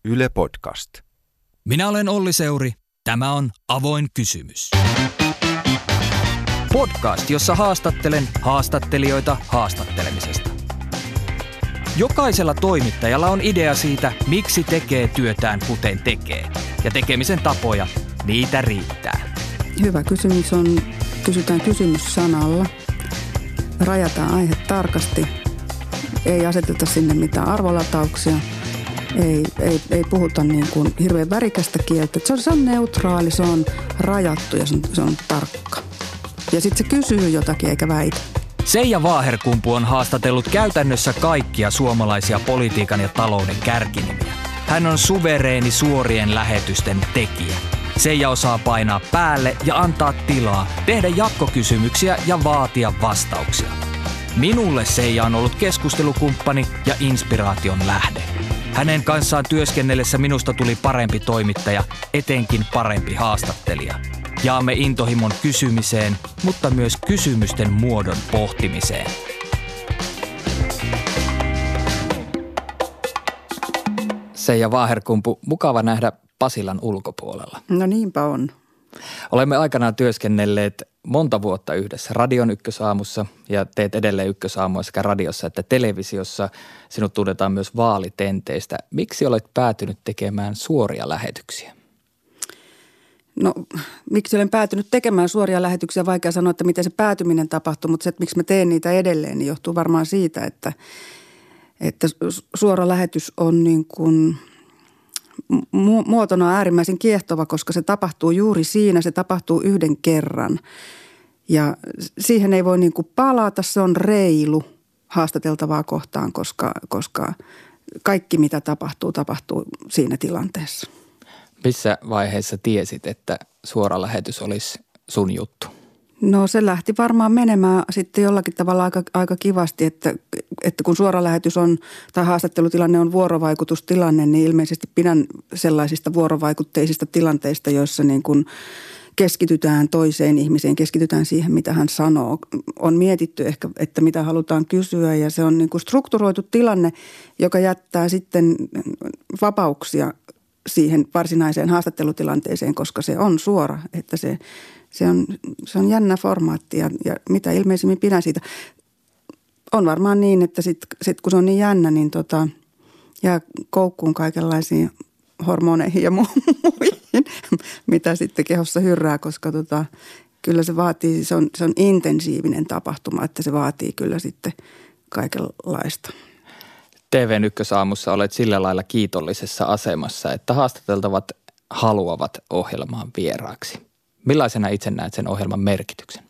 Yle Podcast. Minä olen Olli Seuri. Tämä on Avoin kysymys. Podcast, jossa haastattelen haastattelijoita haastattelemisesta. Jokaisella toimittajalla on idea siitä, miksi tekee työtään kuten tekee. Ja tekemisen tapoja, niitä riittää. Hyvä kysymys on, kysytään kysymys sanalla. Rajataan aihe tarkasti. Ei aseteta sinne mitään arvolatauksia. Ei puhuta niin kuin hirveän värikästä kieltä. Se on neutraali, se on rajattu ja se on tarkka. Ja sitten se kysyy jotakin eikä väitä. Seija Vaaherkumpu on haastatellut käytännössä kaikkia suomalaisia politiikan ja talouden kärkinimiä. Hän on suvereeni suorien lähetysten tekijä. Seija osaa painaa päälle ja antaa tilaa, tehdä jatkokysymyksiä ja vaatia vastauksia. Minulle Seija on ollut keskustelukumppani ja inspiraation lähde. Hänen kanssaan työskennellessä minusta tuli parempi toimittaja, etenkin parempi haastattelija. Jaamme intohimon kysymiseen, mutta myös kysymysten muodon pohtimiseen. Seija Vaaherkumpu, mukava nähdä Pasilan ulkopuolella. No niinpä on. Olemme aikanaan työskennelleet monta vuotta yhdessä Radion Ykkösaamussa ja teet edelleen Ykkösaamua sekä radiossa että televisiossa. Sinut tunnetaan myös vaalitenteistä. Miksi olet päätynyt tekemään suoria lähetyksiä? No, miksi olen päätynyt tekemään suoria lähetyksiä? Vaikea sanoa, että miten se päätyminen tapahtuu, mutta se, että miksi mä teen niitä edelleen, niin johtuu varmaan siitä, että suora lähetys on niin kuin muotona äärimmäisen kiehtova, koska se tapahtuu juuri siinä, se tapahtuu yhden kerran. Ja siihen ei voi niin kuin palata, se on reilu haastateltavaa kohtaan, koska kaikki mitä tapahtuu siinä tilanteessa. Missä vaiheessa tiesit, että suora lähetys olisi sun juttu? No se lähti varmaan menemään sitten jollakin tavalla aika kivasti, että kun suora lähetys on tai haastattelutilanne on vuorovaikutustilanne, niin ilmeisesti pidän sellaisista vuorovaikutteisista tilanteista, joissa niin kuin keskitytään toiseen ihmiseen, keskitytään siihen, mitä hän sanoo. On mietitty ehkä, että mitä halutaan kysyä ja se on niin kuin strukturoitu tilanne, joka jättää sitten vapauksia siihen varsinaiseen haastattelutilanteeseen, kun se on suora, että se on jännä formaatti ja mitä ilmeisimmin pidän siitä. On varmaan niin, että sit kun se on niin jännä, niin jää koukkuun kaikenlaisiin hormoneihin ja muihin, mitä sitten kehossa hyrrää, koska kyllä se vaatii, se on intensiivinen tapahtuma, että se vaatii kyllä sitten kaikenlaista. TV:n Ykkösaamussa olet sillä lailla kiitollisessa asemassa, että haastateltavat haluavat ohjelmaan vieraaksi. Millaisena itse näet sen ohjelman merkityksen?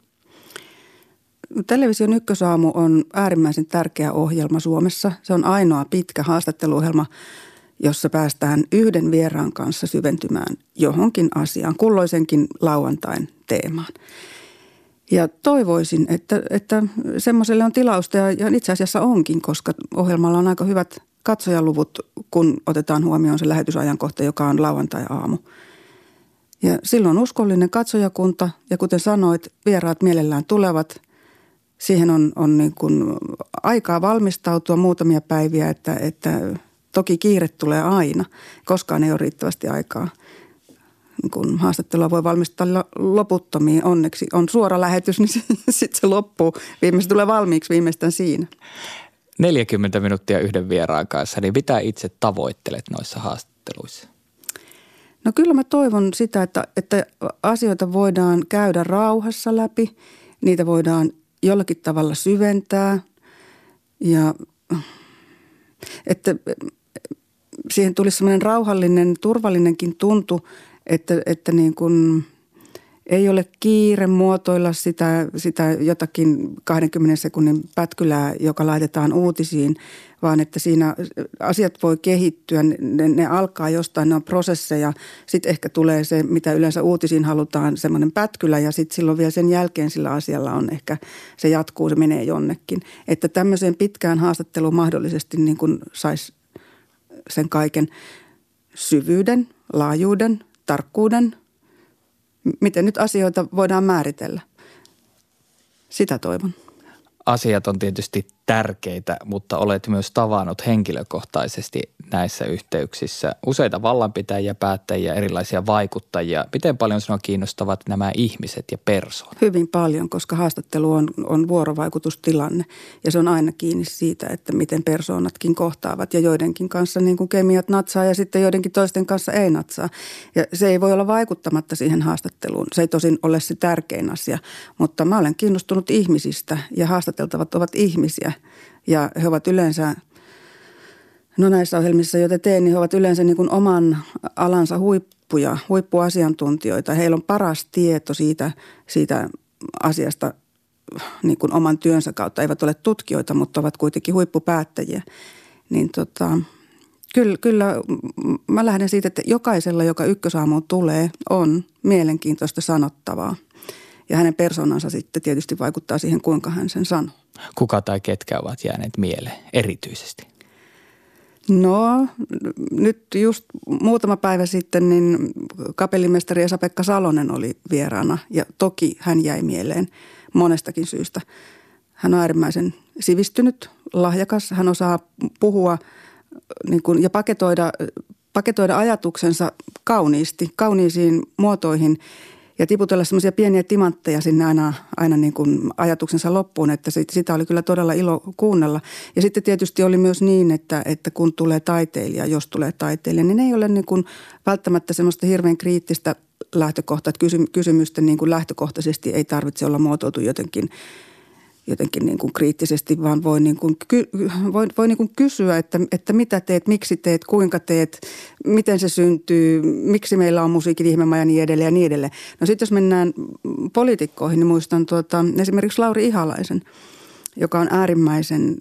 Television Ykkösaamu on äärimmäisen tärkeä ohjelma Suomessa. Se on ainoa pitkä haastatteluohjelma, jossa päästään yhden vieraan kanssa syventymään johonkin asiaan, kulloisenkin lauantain teemaan. Ja toivoisin, että semmoiselle on tilausta ja itse asiassa onkin, koska ohjelmalla on aika hyvät katsojaluvut, kun otetaan huomioon se lähetysajankohta, joka on lauantai-aamu. Ja silloin uskollinen katsojakunta ja kuten sanoit, vieraat mielellään tulevat. Siihen on niin kuin aikaa valmistautua muutamia päiviä, että toki kiire tulee aina. Koskaan ei ole riittävästi aikaa. Kun haastattelua voi valmistella loputtomiin, onneksi on suora lähetys, niin sitten se loppuu. Viimeistään tulee valmiiksi viimeistään siinä. 40 minuuttia yhden vieraan kanssa, niin mitä itse tavoittelet noissa haastatteluissa? No kyllä mä toivon sitä, että asioita voidaan käydä rauhassa läpi, niitä voidaan jollakin tavalla syventää ja että siihen tulisi semmoinen rauhallinen, turvallinenkin tuntu, että niin kuin ei ole kiire muotoilla sitä jotakin 20 sekunnin pätkylää, joka laitetaan uutisiin, vaan että siinä asiat voi kehittyä, ne alkaa jostain, ne on prosesseja. Sitten ehkä tulee se, mitä yleensä uutisiin halutaan, semmoinen pätkylä ja sitten silloin vielä sen jälkeen sillä asialla on ehkä, se jatkuu, se menee jonnekin. Että tämmöiseen pitkään haastatteluun mahdollisesti niin kuin saisi sen kaiken syvyyden, laajuuden, tarkkuuden, miten nyt asioita voidaan määritellä. Sitä toivon. Asiat on tietysti tärkeitä, mutta olet myös tavannut henkilökohtaisesti näissä yhteyksissä useita vallanpitäjiä, päättäjiä, erilaisia vaikuttajia. Miten paljon sinua kiinnostavat nämä ihmiset ja persoonat? Hyvin paljon, koska haastattelu on vuorovaikutustilanne ja se on aina kiinni siitä, että miten persoonatkin kohtaavat ja joidenkin kanssa niin kuin kemiat natsaa ja sitten joidenkin toisten kanssa ei natsaa. Ja se ei voi olla vaikuttamatta siihen haastatteluun. Se ei tosin ole se tärkein asia, mutta mä olen kiinnostunut ihmisistä ja haastateltavat ovat ihmisiä ja he ovat yleensä, näissä ohjelmissa, joita teen, niin he ovat yleensä niin kuin oman alansa huippuasiantuntijoita. Heillä on paras tieto siitä asiasta niin kuin oman työnsä kautta. Eivät ole tutkijoita, mutta ovat kuitenkin huippupäättäjiä. Niin kyllä mä lähden siitä, että jokaisella, joka Ykkösaamuun tulee, on mielenkiintoista sanottavaa. Ja hänen persoonansa sitten tietysti vaikuttaa siihen, kuinka hän sen sanoo. Kuka tai ketkä ovat jääneet mieleen erityisesti? No nyt just muutama päivä sitten niin kapellimestari Esa-Pekka Salonen oli vieraana ja toki hän jäi mieleen monestakin syystä. Hän on äärimmäisen sivistynyt, lahjakas, hän osaa puhua niin kuin, ja paketoida ajatuksensa kauniisiin muotoihin ja tiputella semmoisia pieniä timantteja sinne aina niin kuin ajatuksensa loppuun, että sitä oli kyllä todella ilo kuunnella. Ja sitten tietysti oli myös niin, että kun tulee taiteilija, jos tulee taiteilija, niin ei ole niin kuin välttämättä semmoista hirveän kriittistä lähtökohtaa, että kysymysten niin kuin lähtökohtaisesti ei tarvitse olla muotoiltu jotenkin niin kuin kriittisesti, vaan voi niin kuin kysyä, että mitä teet, miksi teet, kuinka teet, miten se syntyy, miksi meillä on musiikin ihmemaja ja niin edelleen ja niin edelleen. No sitten jos mennään poliitikkoihin, niin muistan esimerkiksi Lauri Ihalaisen, joka on äärimmäisen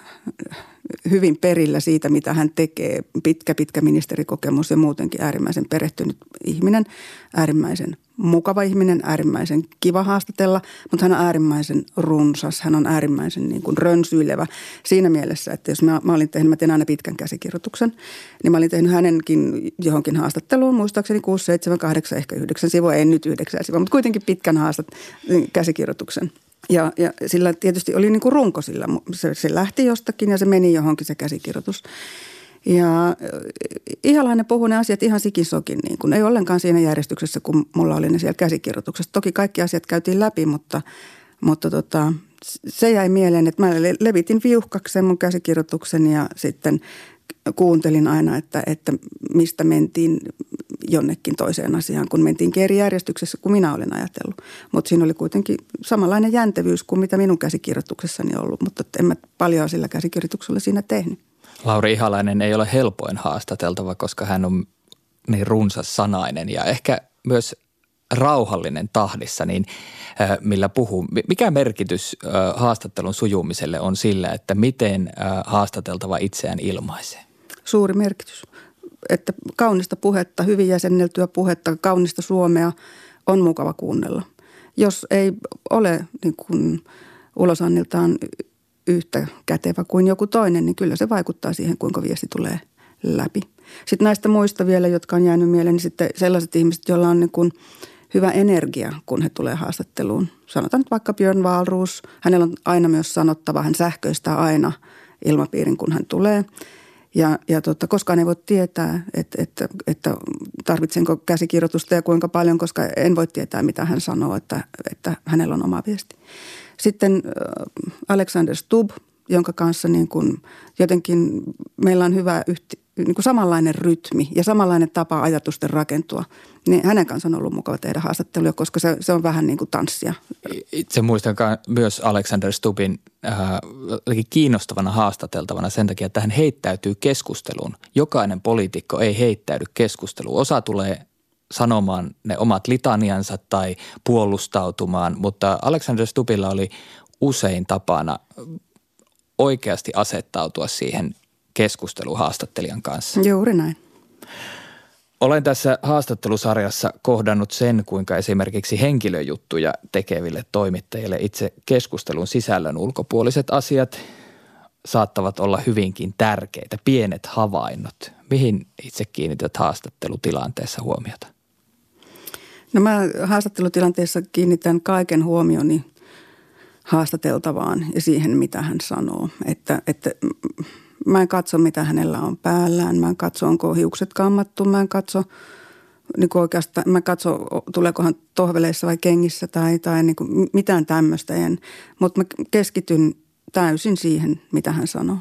hyvin perillä siitä, mitä hän tekee. Pitkä ministerikokemus ja muutenkin äärimmäisen perehtynyt ihminen, äärimmäisen mukava ihminen, äärimmäisen kiva haastatella, mutta hän on äärimmäisen runsas, hän on äärimmäisen niin kuin rönsyilevä siinä mielessä, että jos mä teen aina pitkän käsikirjoituksen, niin mä olin tehnyt hänenkin johonkin haastatteluun, muistaakseni 6, 7, 8, ehkä 9 sivua, ei nyt 9 sivua, mutta kuitenkin pitkän käsikirjoituksen. Ja sillä tietysti oli niin kuin runko sillä. Se lähti jostakin ja se meni johonkin se käsikirjoitus. Ja Ihalainen puhui ne asiat ihan sikisokin, niin kuin ei ollenkaan siinä järjestyksessä, kun mulla oli ne siellä käsikirjoituksessa. Toki kaikki asiat käytiin läpi, mutta se jäi mieleen, että mä levitin viuhkakseen mun käsikirjoituksen ja sitten kuuntelin aina, että mistä mentiin jonnekin toiseen asiaan, kun mentiinkin eri järjestyksessä kuin minä olin ajatellut. Mutta siinä oli kuitenkin samanlainen jäntevyys kuin mitä minun käsikirjoituksessani ollut, mutta en mä paljon sillä käsikirjoituksella siinä tehnyt. Lauri Ihalainen ei ole helpoin haastateltava, koska hän on niin runsas sanainen ja ehkä myös rauhallinen tahdissa, niin millä puhuu. Mikä merkitys haastattelun sujumiselle on sillä, että miten haastateltava itseään ilmaisee? Suuri merkitys. Että kaunista puhetta, hyvin jäsenneltyä puhetta, kaunista suomea on mukava kuunnella. Jos ei ole niin kuin ulosanniltaan yhtä kätevä kuin joku toinen, niin kyllä se vaikuttaa siihen, kuinka viesti tulee läpi. Sitten näistä muista vielä, jotka on jäänyt mieleen, niin sitten sellaiset ihmiset, joilla on niin kuin hyvä energia, kun he tulee haastatteluun. Sanotaan nyt vaikka Björn Wahlroos. Hänellä on aina myös sanottava, hän sähköistää aina ilmapiirin, kun hän tulee. Ja koskaan ei voi tietää, että tarvitsenko käsikirjoitusta ja kuinka paljon, koska en voi tietää, mitä hän sanoo, että hänellä on oma viesti. Sitten Alexander Stubb, jonka kanssa niin kuin jotenkin meillä on hyvä niin kuin samanlainen rytmi ja samanlainen tapa ajatusten rakentua. Niin hänen kanssa on ollut mukava tehdä haastatteluja, koska se on vähän niin kuin tanssia. Itse muistan myös Alexander Stubbin kiinnostavana haastateltavana sen takia, että hän heittäytyy keskusteluun. Jokainen poliitikko ei heittäydy keskusteluun. Osa tulee sanomaan ne omat litaniansa tai puolustautumaan, mutta Alexander Stubbilla oli usein tapana oikeasti asettautua siihen keskusteluhaastattelijan kanssa. Juuri näin. Olen tässä haastattelusarjassa kohdannut sen, kuinka esimerkiksi henkilöjuttuja tekeville toimittajille itse keskustelun sisällön ulkopuoliset asiat saattavat olla hyvinkin tärkeitä, pienet havainnot. Mihin itse kiinnität haastattelutilanteessa huomiota? No mä haastattelutilanteessa kiinnitän kaiken huomioni haastateltavaan ja siihen, mitä hän sanoo. Että mä en katso, mitä hänellä on päällään. Mä en katso, onko hiukset kammattu. Mä en katso, niin kuin oikeastaan, mä en katso, tuleeko hän tohveleissa vai kengissä tai niin kuin mitään tämmöistä. Mutta mä keskityn täysin siihen, mitä hän sanoo.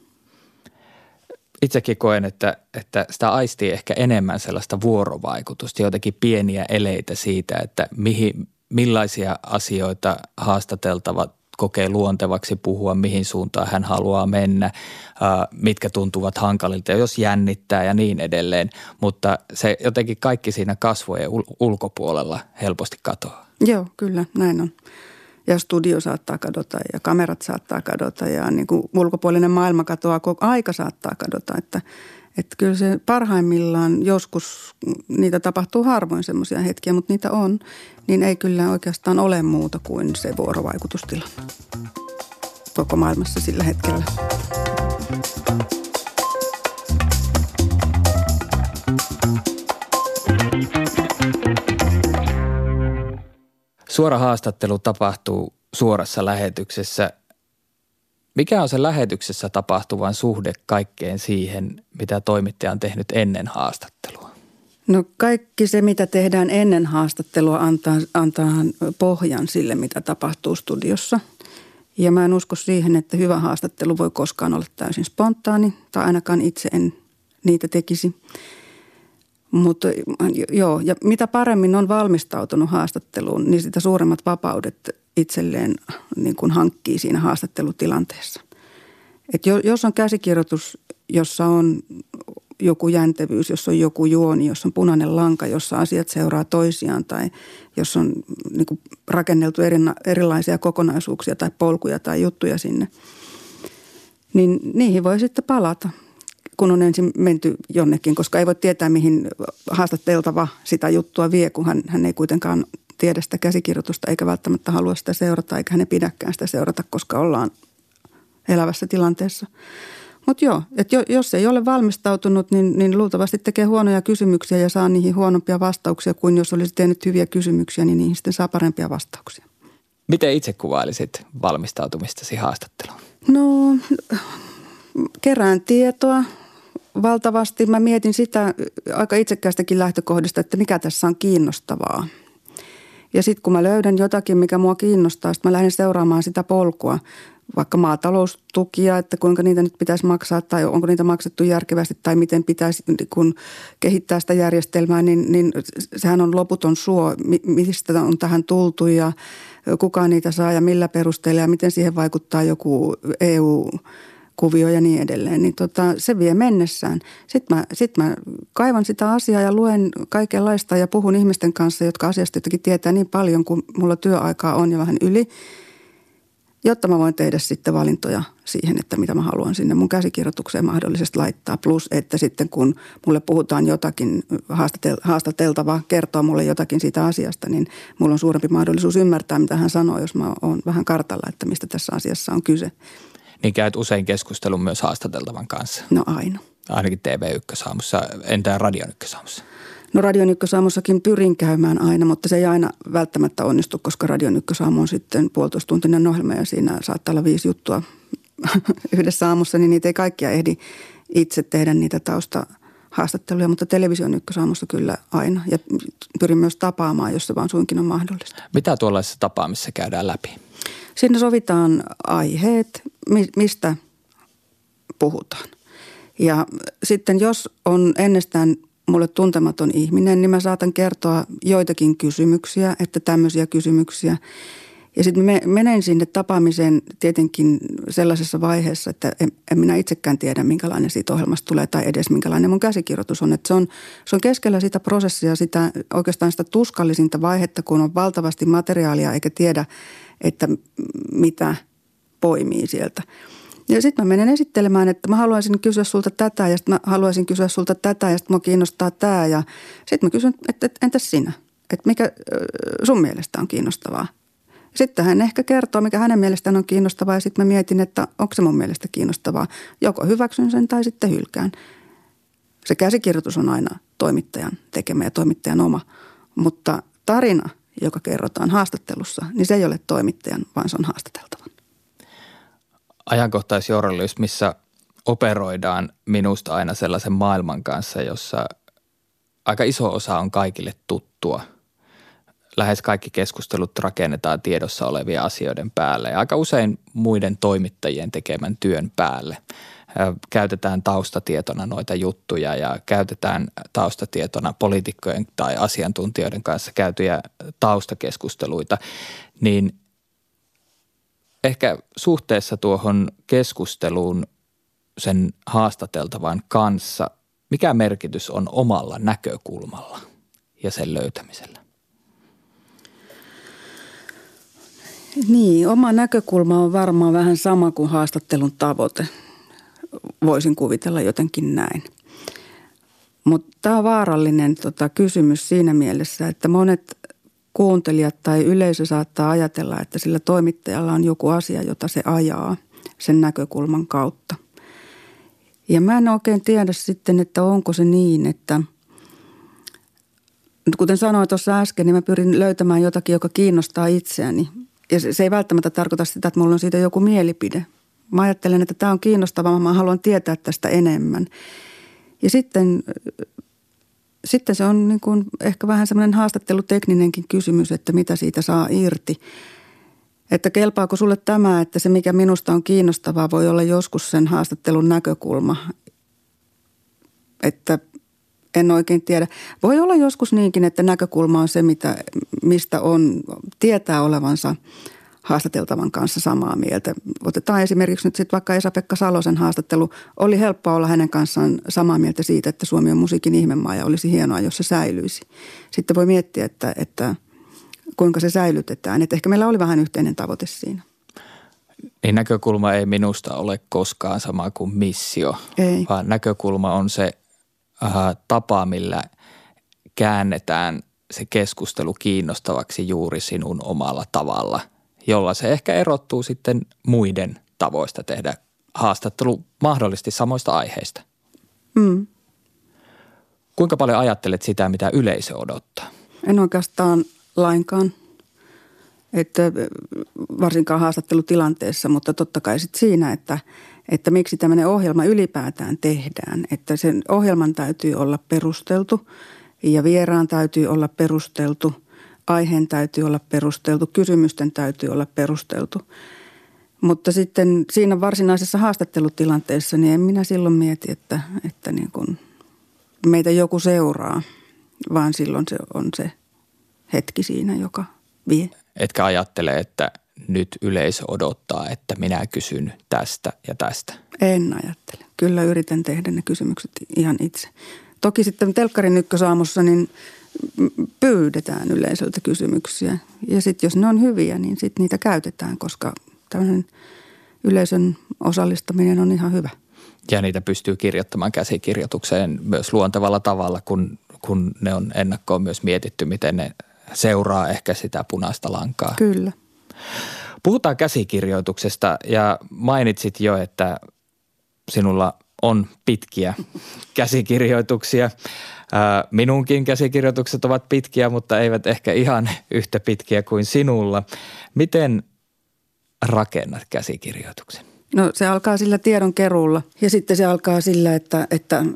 Itsekin koen, että sitä aistii ehkä enemmän sellaista vuorovaikutusta, jotenkin pieniä eleitä siitä, että millaisia asioita haastateltava kokee luontevaksi puhua, mihin suuntaan hän haluaa mennä, mitkä tuntuvat hankalilta, jos jännittää ja niin edelleen. Mutta se jotenkin kaikki siinä kasvojen ulkopuolella helposti katoaa. Joo, kyllä, näin on. Ja studio saattaa kadota ja kamerat saattaa kadota ja niin kuin ulkopuolinen maailma katoaa, koko aika saattaa kadota. Että kyllä se parhaimmillaan joskus, niitä tapahtuu harvoin semmoisia hetkiä, mutta niitä on, niin ei kyllä oikeastaan ole muuta kuin se vuorovaikutustilanne koko maailmassa sillä hetkellä. Suora haastattelu tapahtuu suorassa lähetyksessä. Mikä on se lähetyksessä tapahtuvan suhde kaikkeen siihen, mitä toimittaja on tehnyt ennen haastattelua? No kaikki se, mitä tehdään ennen haastattelua, antaa pohjan sille, mitä tapahtuu studiossa. Ja mä en usko siihen, että hyvä haastattelu voi koskaan olla täysin spontaani, tai ainakaan itse en niitä tekisi. Mutta joo, ja mitä paremmin on valmistautunut haastatteluun, niin sitä suuremmat vapaudet itselleen niin kuin hankkii siinä haastattelutilanteessa. Et jos on käsikirjoitus, jossa on joku jäntevyys, jos on joku juoni, jos on punainen lanka, jossa asiat seuraa toisiaan tai jos on niin kuin rakenneltu erilaisia kokonaisuuksia tai polkuja tai juttuja sinne, niin niihin voi sitten palata, kun on ensin menty jonnekin, koska ei voi tietää, mihin haastateltava sitä juttua vie, kun hän ei kuitenkaan tiedä sitä käsikirjoitusta eikä välttämättä halua sitä seurata, eikä hän pidäkään sitä seurata, koska ollaan elävässä tilanteessa. Mutta joo, että jos ei ole valmistautunut, niin luultavasti tekee huonoja kysymyksiä ja saa niihin huonompia vastauksia kuin jos olisi tehnyt hyviä kysymyksiä, niin niihin sitten saa parempia vastauksia. Miten itse kuvailisit valmistautumistasi haastatteluun? No, kerään tietoa valtavasti. Mä mietin sitä aika itsekkäästäkin lähtökohdista, että mikä tässä on kiinnostavaa. Ja sitten kun mä löydän jotakin, mikä mua kiinnostaa, sitten mä lähden seuraamaan sitä polkua, vaikka maataloustukia, että kuinka niitä nyt pitäisi maksaa tai onko niitä maksettu järkevästi tai miten pitäisi kun kehittää sitä järjestelmää, niin sehän on loputon suo, mistä on tähän tultu ja kuka niitä saa ja millä perusteella ja miten siihen vaikuttaa joku EU-kuvio ja niin edelleen. Niin se vie mennessään. Sitten mä kaivan sitä asiaa ja luen kaikenlaista ja puhun ihmisten kanssa, jotka asiasta jotenkin tietää niin paljon, kuin mulla työaikaa on ja vähän yli, jotta mä voin tehdä sitten valintoja siihen, että mitä mä haluan sinne mun käsikirjoitukseen mahdollisesti laittaa. Plus, että sitten kun mulle puhutaan jotakin, haastateltava kertoo mulle jotakin siitä asiasta, niin mulla on suurempi mahdollisuus ymmärtää, mitä hän sanoo, jos mä oon vähän kartalla, että mistä tässä asiassa on kyse. Niin käyt usein keskustelun myös haastateltavan kanssa? No aina. Ainakin TV1-aamussa, entä Radion ykkösaamussa? No Radion ykkösaamussakin pyrin käymään aina, mutta se ei aina välttämättä onnistu, koska Radion ykkösaamu on sitten 1,5-tuntinen ohjelma ja siinä saattaa olla 5 juttua yhdessä aamussa, niin niitä ei kaikkia ehdi itse tehdä niitä taustahaastatteluja, mutta television ykkösaamussa kyllä aina ja pyrin myös tapaamaan, jos se vaan suinkin on mahdollista. Mitä tuollaisessa tapaamisessa käydään läpi? Siinä sovitaan aiheet, mistä puhutaan. Ja sitten jos on ennestään mulle tuntematon ihminen, niin mä saatan kertoa joitakin kysymyksiä, että tämmöisiä kysymyksiä. Ja sitten menen sinne tapaamiseen tietenkin sellaisessa vaiheessa, että en minä itsekään tiedä, minkälainen siitä ohjelmasta tulee tai edes minkälainen mun käsikirjoitus on. Että se on keskellä sitä prosessia, oikeastaan sitä tuskallisinta vaihetta, kun on valtavasti materiaalia eikä tiedä, että mitä poimii sieltä. Ja sitten mä menen esittelemään, että mä haluaisin kysyä sulta tätä ja sitten mä haluaisin kysyä sulta tätä ja sitten mua kiinnostaa tämä. Ja sitten mä kysyn, että entäs sinä? Että mikä sun mielestä on kiinnostavaa? Sitten hän ehkä kertoo, mikä hänen mielestään on kiinnostavaa ja sitten mä mietin, että onko se mun mielestä kiinnostavaa. Joko hyväksyn sen tai sitten hylkään. Se käsikirjoitus on aina toimittajan tekemä ja toimittajan oma, mutta tarina joka kerrotaan haastattelussa, niin se ei ole toimittajan, vaan se on haastateltavan. Ajankohtaisjournalismissa operoidaan minusta aina sellaisen maailman kanssa, jossa aika iso osa on kaikille tuttua. Lähes kaikki keskustelut rakennetaan tiedossa olevien asioiden päälle ja aika usein muiden toimittajien tekemän työn päälle. Käytetään taustatietona noita juttuja ja käytetään taustatietona poliitikkojen tai asiantuntijoiden kanssa käytyjä taustakeskusteluita, niin ehkä suhteessa tuohon keskusteluun sen haastateltavan kanssa, mikä merkitys on omalla näkökulmalla ja sen löytämisellä? Niin, oma näkökulma on varmaan vähän sama kuin haastattelun tavoite. Voisin kuvitella jotenkin näin. Mutta tämä on vaarallinen kysymys siinä mielessä, että monet kuuntelijat tai yleisö saattaa ajatella, että sillä toimittajalla on joku asia, jota se ajaa sen näkökulman kautta. Ja mä en oikein tiedä sitten, että onko se niin, että kuten sanoin tuossa äsken, niin mä pyrin löytämään jotakin, joka kiinnostaa itseäni. Ja se ei välttämättä tarkoita sitä, että mulla on siitä joku mielipide. Mä ajattelen, että tämä on kiinnostavaa, mä haluan tietää tästä enemmän. Ja sitten se on niin kuin ehkä vähän semmoinen haastattelutekninenkin kysymys, että mitä siitä saa irti. Että kelpaako sulle tämä, että se mikä minusta on kiinnostavaa voi olla joskus sen haastattelun näkökulma. Että en oikein tiedä. Voi olla joskus niinkin, että näkökulma on se, mistä tietää olevansa haastateltavan kanssa samaa mieltä. Otetaan esimerkiksi nyt sitten vaikka Esa-Pekka Salosen haastattelu. Oli helppoa olla hänen kanssaan samaa mieltä siitä, että Suomi on musiikin ihmemaa ja olisi hienoa, jos se säilyisi. Sitten voi miettiä, että kuinka se säilytetään. Että ehkä meillä oli vähän yhteinen tavoite siinä. Niin näkökulma ei minusta ole koskaan sama kuin missio, ei. Vaan näkökulma on se tapa, millä käännetään se keskustelu kiinnostavaksi juuri sinun omalla tavalla, jolla se ehkä erottuu sitten muiden tavoista tehdä haastattelu mahdollisesti samoista aiheista. Mm. Kuinka paljon ajattelet sitä, mitä yleisö odottaa? En oikeastaan lainkaan, että varsinkaan haastattelutilanteessa, mutta totta kai sitten siinä, että miksi tämmöinen ohjelma ylipäätään tehdään. Että sen ohjelman täytyy olla perusteltu ja vieraan täytyy olla perusteltu, aiheen täytyy olla perusteltu, kysymysten täytyy olla perusteltu. Mutta sitten siinä varsinaisessa haastattelutilanteessa niin en minä silloin mieti, että niin kuin meitä joku seuraa, vaan silloin se on se hetki siinä, joka vie. Etkä ajattele, että nyt yleisö odottaa, että minä kysyn tästä ja tästä? En ajattele. Kyllä yritän tehdä ne kysymykset ihan itse. Toki sitten Telkkarin ykkösaamussa niin pyydetään yleisöltä kysymyksiä. Ja sitten jos ne on hyviä, niin sitten niitä käytetään, koska tämmöinen yleisön osallistaminen on ihan hyvä. Ja niitä pystyy kirjoittamaan käsikirjoitukseen myös luontevalla tavalla, kun ne on ennakkoon myös mietitty, miten ne seuraa ehkä sitä punaista lankaa. Kyllä. Puhutaan käsikirjoituksesta ja mainitsit jo, että sinulla on pitkiä käsikirjoituksia. Minunkin käsikirjoitukset ovat pitkiä, mutta eivät ehkä ihan yhtä pitkiä kuin sinulla. Miten rakennat käsikirjoituksen? No se alkaa sillä tiedonkeruulla ja sitten se alkaa sillä, että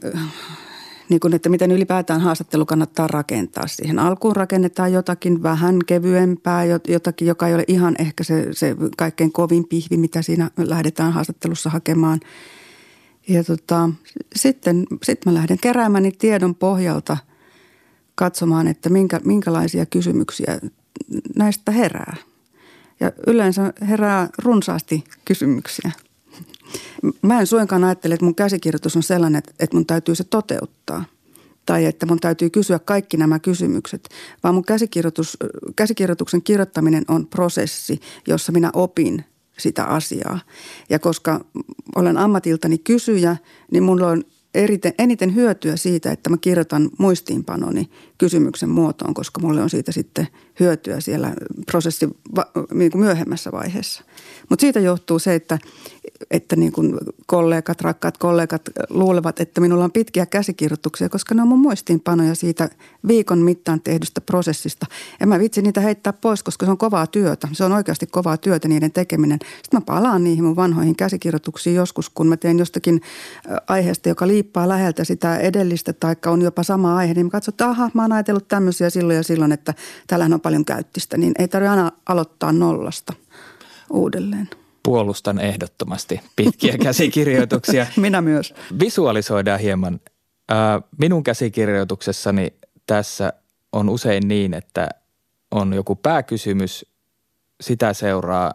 miten ylipäätään haastattelu kannattaa rakentaa. Siihen alkuun rakennetaan jotakin vähän kevyempää, jotakin, joka ei ole ihan ehkä se kaikkein kovin pihvi, mitä siinä lähdetään haastattelussa hakemaan. Ja sitten mä lähden keräämäni tiedon pohjalta katsomaan, että minkälaisia kysymyksiä näistä herää. Ja yleensä herää runsaasti kysymyksiä. Mä en suinkaan ajattele, että mun käsikirjoitus on sellainen, että mun täytyy se toteuttaa. Tai että mun täytyy kysyä kaikki nämä kysymykset, vaan mun käsikirjoituksen kirjoittaminen on prosessi, jossa minä opin sitä asiaa. Ja koska olen ammatiltani kysyjä, niin mulla on eniten hyötyä siitä, että mä kirjoitan muistiinpanoni kysymyksen muotoon, koska mulle on siitä sitten hyötyä siellä prosessin niin kuin myöhemmässä vaiheessa. Mutta siitä johtuu se, että niin kuin rakkaat kollegat luulevat, että minulla on pitkiä käsikirjoituksia, koska ne on mun muistiinpanoja siitä viikon mittaan tehdystä prosessista. En mä vitsi niitä heittää pois, koska se on kovaa työtä. Se on oikeasti kovaa työtä niiden tekeminen. Sitten mä palaan niihin mun vanhoihin käsikirjoituksiin joskus, kun mä teen jostakin aiheesta, joka liippaa läheltä sitä edellistä, taikka on jopa sama aihe, niin mä katson, että aha, mä oon ajatellut tämmöisiä silloin ja silloin, että täällähän on paljon käyttistä, niin ei tarvitse aina aloittaa nollasta uudelleen. Puolustan ehdottomasti pitkiä käsikirjoituksia. Minä myös. Visualisoidaan hieman. Minun käsikirjoituksessani tässä on usein niin, että on joku pääkysymys, sitä seuraa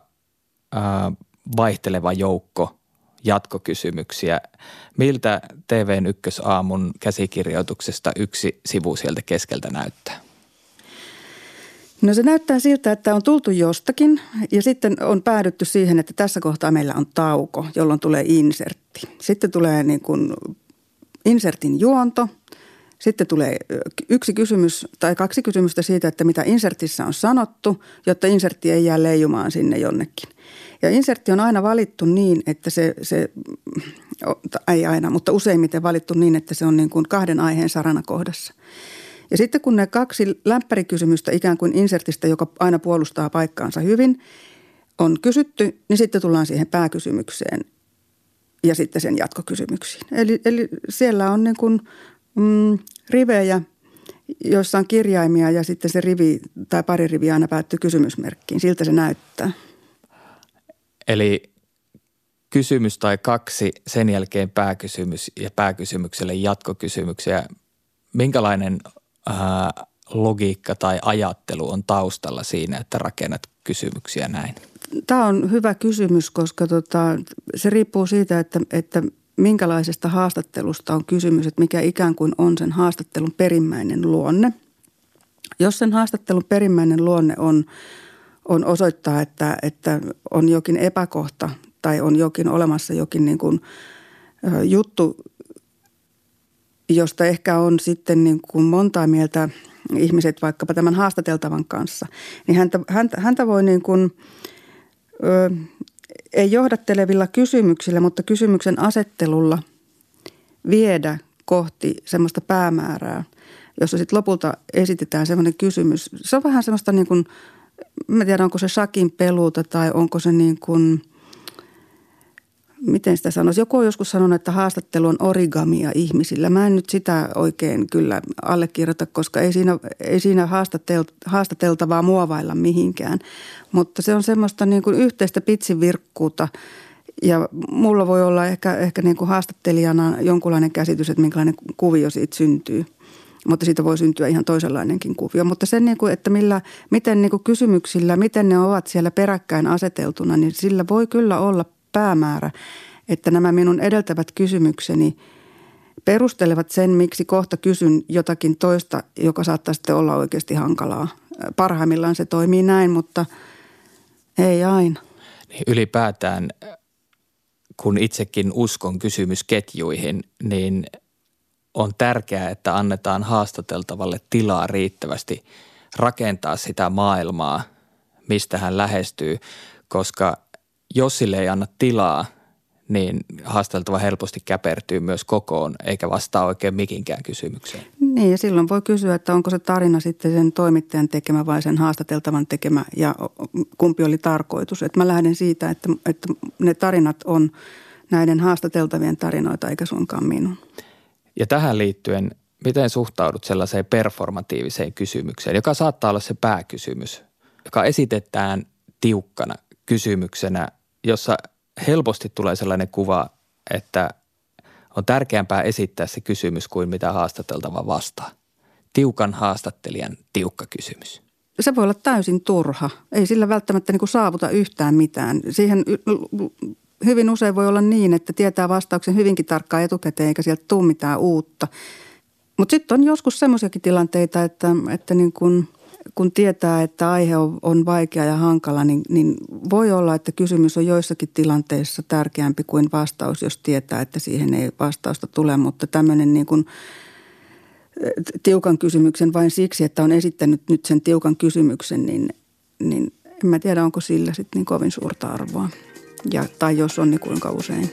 vaihteleva joukko jatkokysymyksiä. Miltä TV:n Ykkösaamun käsikirjoituksesta yksi sivu sieltä keskeltä näyttää? No se näyttää siltä, että on tultu jostakin ja sitten on päädytty siihen, että tässä kohtaa meillä on tauko, jolloin tulee insertti. Sitten tulee niin kuin insertin juonto. Sitten tulee yksi kysymys tai kaksi kysymystä siitä, että mitä insertissä on sanottu, jotta insertti ei jää leijumaan sinne jonnekin. Ja insertti on aina valittu niin, että se ei aina, mutta useimmiten valittu niin, että se on niin kuin kahden aiheen sarana kohdassa. Ja sitten kun ne kaksi lämpärikysymystä ikään kuin insertistä, joka aina puolustaa paikkaansa hyvin, on kysytty, niin sitten tullaan siihen pääkysymykseen ja sitten sen jatkokysymyksiin. Eli siellä on niin kuin rivejä, joissa on kirjaimia ja sitten se rivi tai pari riviä aina päättyy kysymysmerkkiin. Siltä se näyttää. Eli kysymys tai kaksi, sen jälkeen pääkysymys ja pääkysymykselle jatkokysymyksiä. Minkälainen logiikka tai ajattelu on taustalla siinä, että rakennat kysymyksiä näin? Tämä on hyvä kysymys, koska se riippuu siitä, että minkälaisesta haastattelusta on kysymys, että mikä ikään kuin on sen haastattelun perimmäinen luonne. Jos sen haastattelun perimmäinen luonne on osoittaa, että on jokin epäkohta tai on olemassa jokin niin kuin juttu, josta ehkä on sitten niin kuin montaa mieltä ihmiset vaikkapa tämän haastateltavan kanssa, niin häntä voi niin kuin, ei johdattelevilla kysymyksillä, mutta kysymyksen asettelulla viedä kohti semmoista päämäärää, jossa sitten lopulta esitetään semmoinen kysymys. Se on vähän semmoista niin kuin, mä tiedän onko se shakin peluuta tai onko se niin kuin, miten sitä sanoisi? Joku on joskus sanonut, että haastattelu on origamia ihmisillä. Mä en nyt sitä oikein kyllä allekirjoita, koska ei siinä haastateltavaa muovailla mihinkään. Mutta se on semmoista niin kuin yhteistä pitsinvirkkuutta ja mulla voi olla ehkä niin kuin haastattelijana jonkunlainen käsitys, että minkälainen kuvio siitä syntyy. Mutta siitä voi syntyä ihan toisenlainenkin kuvio. Mutta sen, niin kuin, että miten niin kuin kysymyksillä, miten ne ovat siellä peräkkäin aseteltuna, niin sillä voi kyllä olla päämäärä, että nämä minun edeltävät kysymykseni perustelevat sen, miksi kohta kysyn jotakin toista, joka saattaa sitten olla oikeasti hankalaa. Parhaimmillaan se toimii näin, mutta ei aina. Ylipäätään, kun itsekin uskon kysymysketjuihin, niin on tärkeää, että annetaan haastateltavalle tilaa riittävästi rakentaa sitä maailmaa, mistä hän lähestyy, koska jos sille ei anna tilaa, niin haasteltava helposti käpertyy myös kokoon, eikä vastaa oikein mikinkään kysymykseen. Niin ja silloin voi kysyä, että onko se tarina sitten sen toimittajan tekemä vai sen haastateltavan tekemä ja kumpi oli tarkoitus. Että mä lähden siitä, että ne tarinat on näiden haastateltavien tarinoita eikä suinkaan minun. Ja tähän liittyen, miten suhtaudut sellaiseen performatiiviseen kysymykseen, joka saattaa olla se pääkysymys, joka esitetään tiukkana kysymyksenä, jossa helposti tulee sellainen kuva, että on tärkeämpää esittää se kysymys kuin mitä haastateltava vastaa. Tiukan haastattelijan tiukka kysymys. Se voi olla täysin turha. Ei sillä välttämättä niin kuin saavuta yhtään mitään. Siihen hyvin usein voi olla niin, että tietää vastauksen hyvinkin tarkkaan etukäteen eikä sieltä tule mitään uutta. Mutta sitten on joskus semmoisiakin tilanteita, että niin kun tietää, että aihe on vaikea ja hankala, niin voi olla, että kysymys on joissakin tilanteissa tärkeämpi kuin vastaus, jos tietää, että siihen ei vastausta tule. Mutta tämmöinen niin kuin tiukan kysymyksen vain siksi, että on esittänyt nyt sen tiukan kysymyksen, niin en mä tiedä, onko sillä sitten niin kovin suurta arvoa. Tai jos on, niin kuinka usein.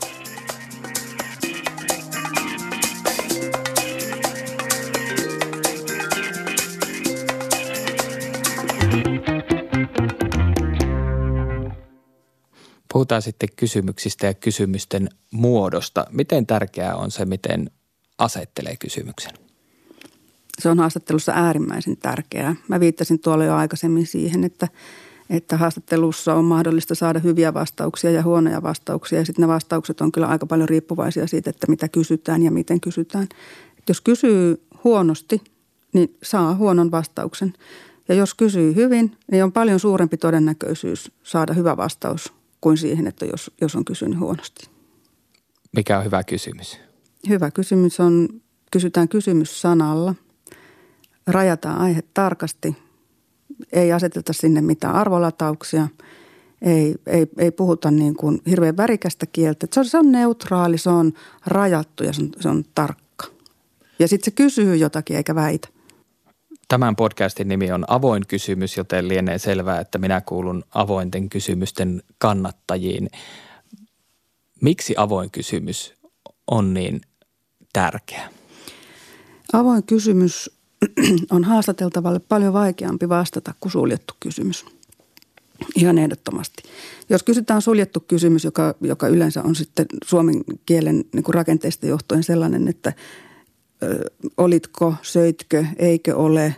Puhutaan sitten kysymyksistä ja kysymysten muodosta. Miten tärkeää on se, miten asettelee kysymyksen? Se on haastattelussa äärimmäisen tärkeää. Mä viittasin tuolla jo aikaisemmin siihen, että haastattelussa on mahdollista saada hyviä vastauksia ja huonoja vastauksia. Ja sitten ne vastaukset on kyllä aika paljon riippuvaisia siitä, että mitä kysytään ja miten kysytään. Et jos kysyy huonosti, niin saa huonon vastauksen. Ja jos kysyy hyvin, niin on paljon suurempi todennäköisyys saada hyvä vastaus kuin siihen, että jos on kysynyt huonosti. Mikä on hyvä kysymys? Hyvä kysymys on, kysytään kysymys sanalla, rajataan aihe tarkasti, ei aseteta sinne mitään arvolatauksia, ei puhuta niin kuin hirveän värikästä kieltä. Se on neutraali, se on rajattu ja se on tarkka. Ja sitten se kysyy jotakin eikä väitä. Tämän podcastin nimi on Avoin kysymys, joten lienee selvää, että minä kuulun avointen kysymysten kannattajiin. Miksi avoin kysymys on niin tärkeä? Avoin kysymys on haastateltavalle paljon vaikeampi vastata kuin suljettu kysymys. Ihan ehdottomasti. Jos kysytään suljettu kysymys, joka yleensä on sitten suomen kielen niin kuin rakenteesta johtuen sellainen, että olitko, söitkö, eikö ole.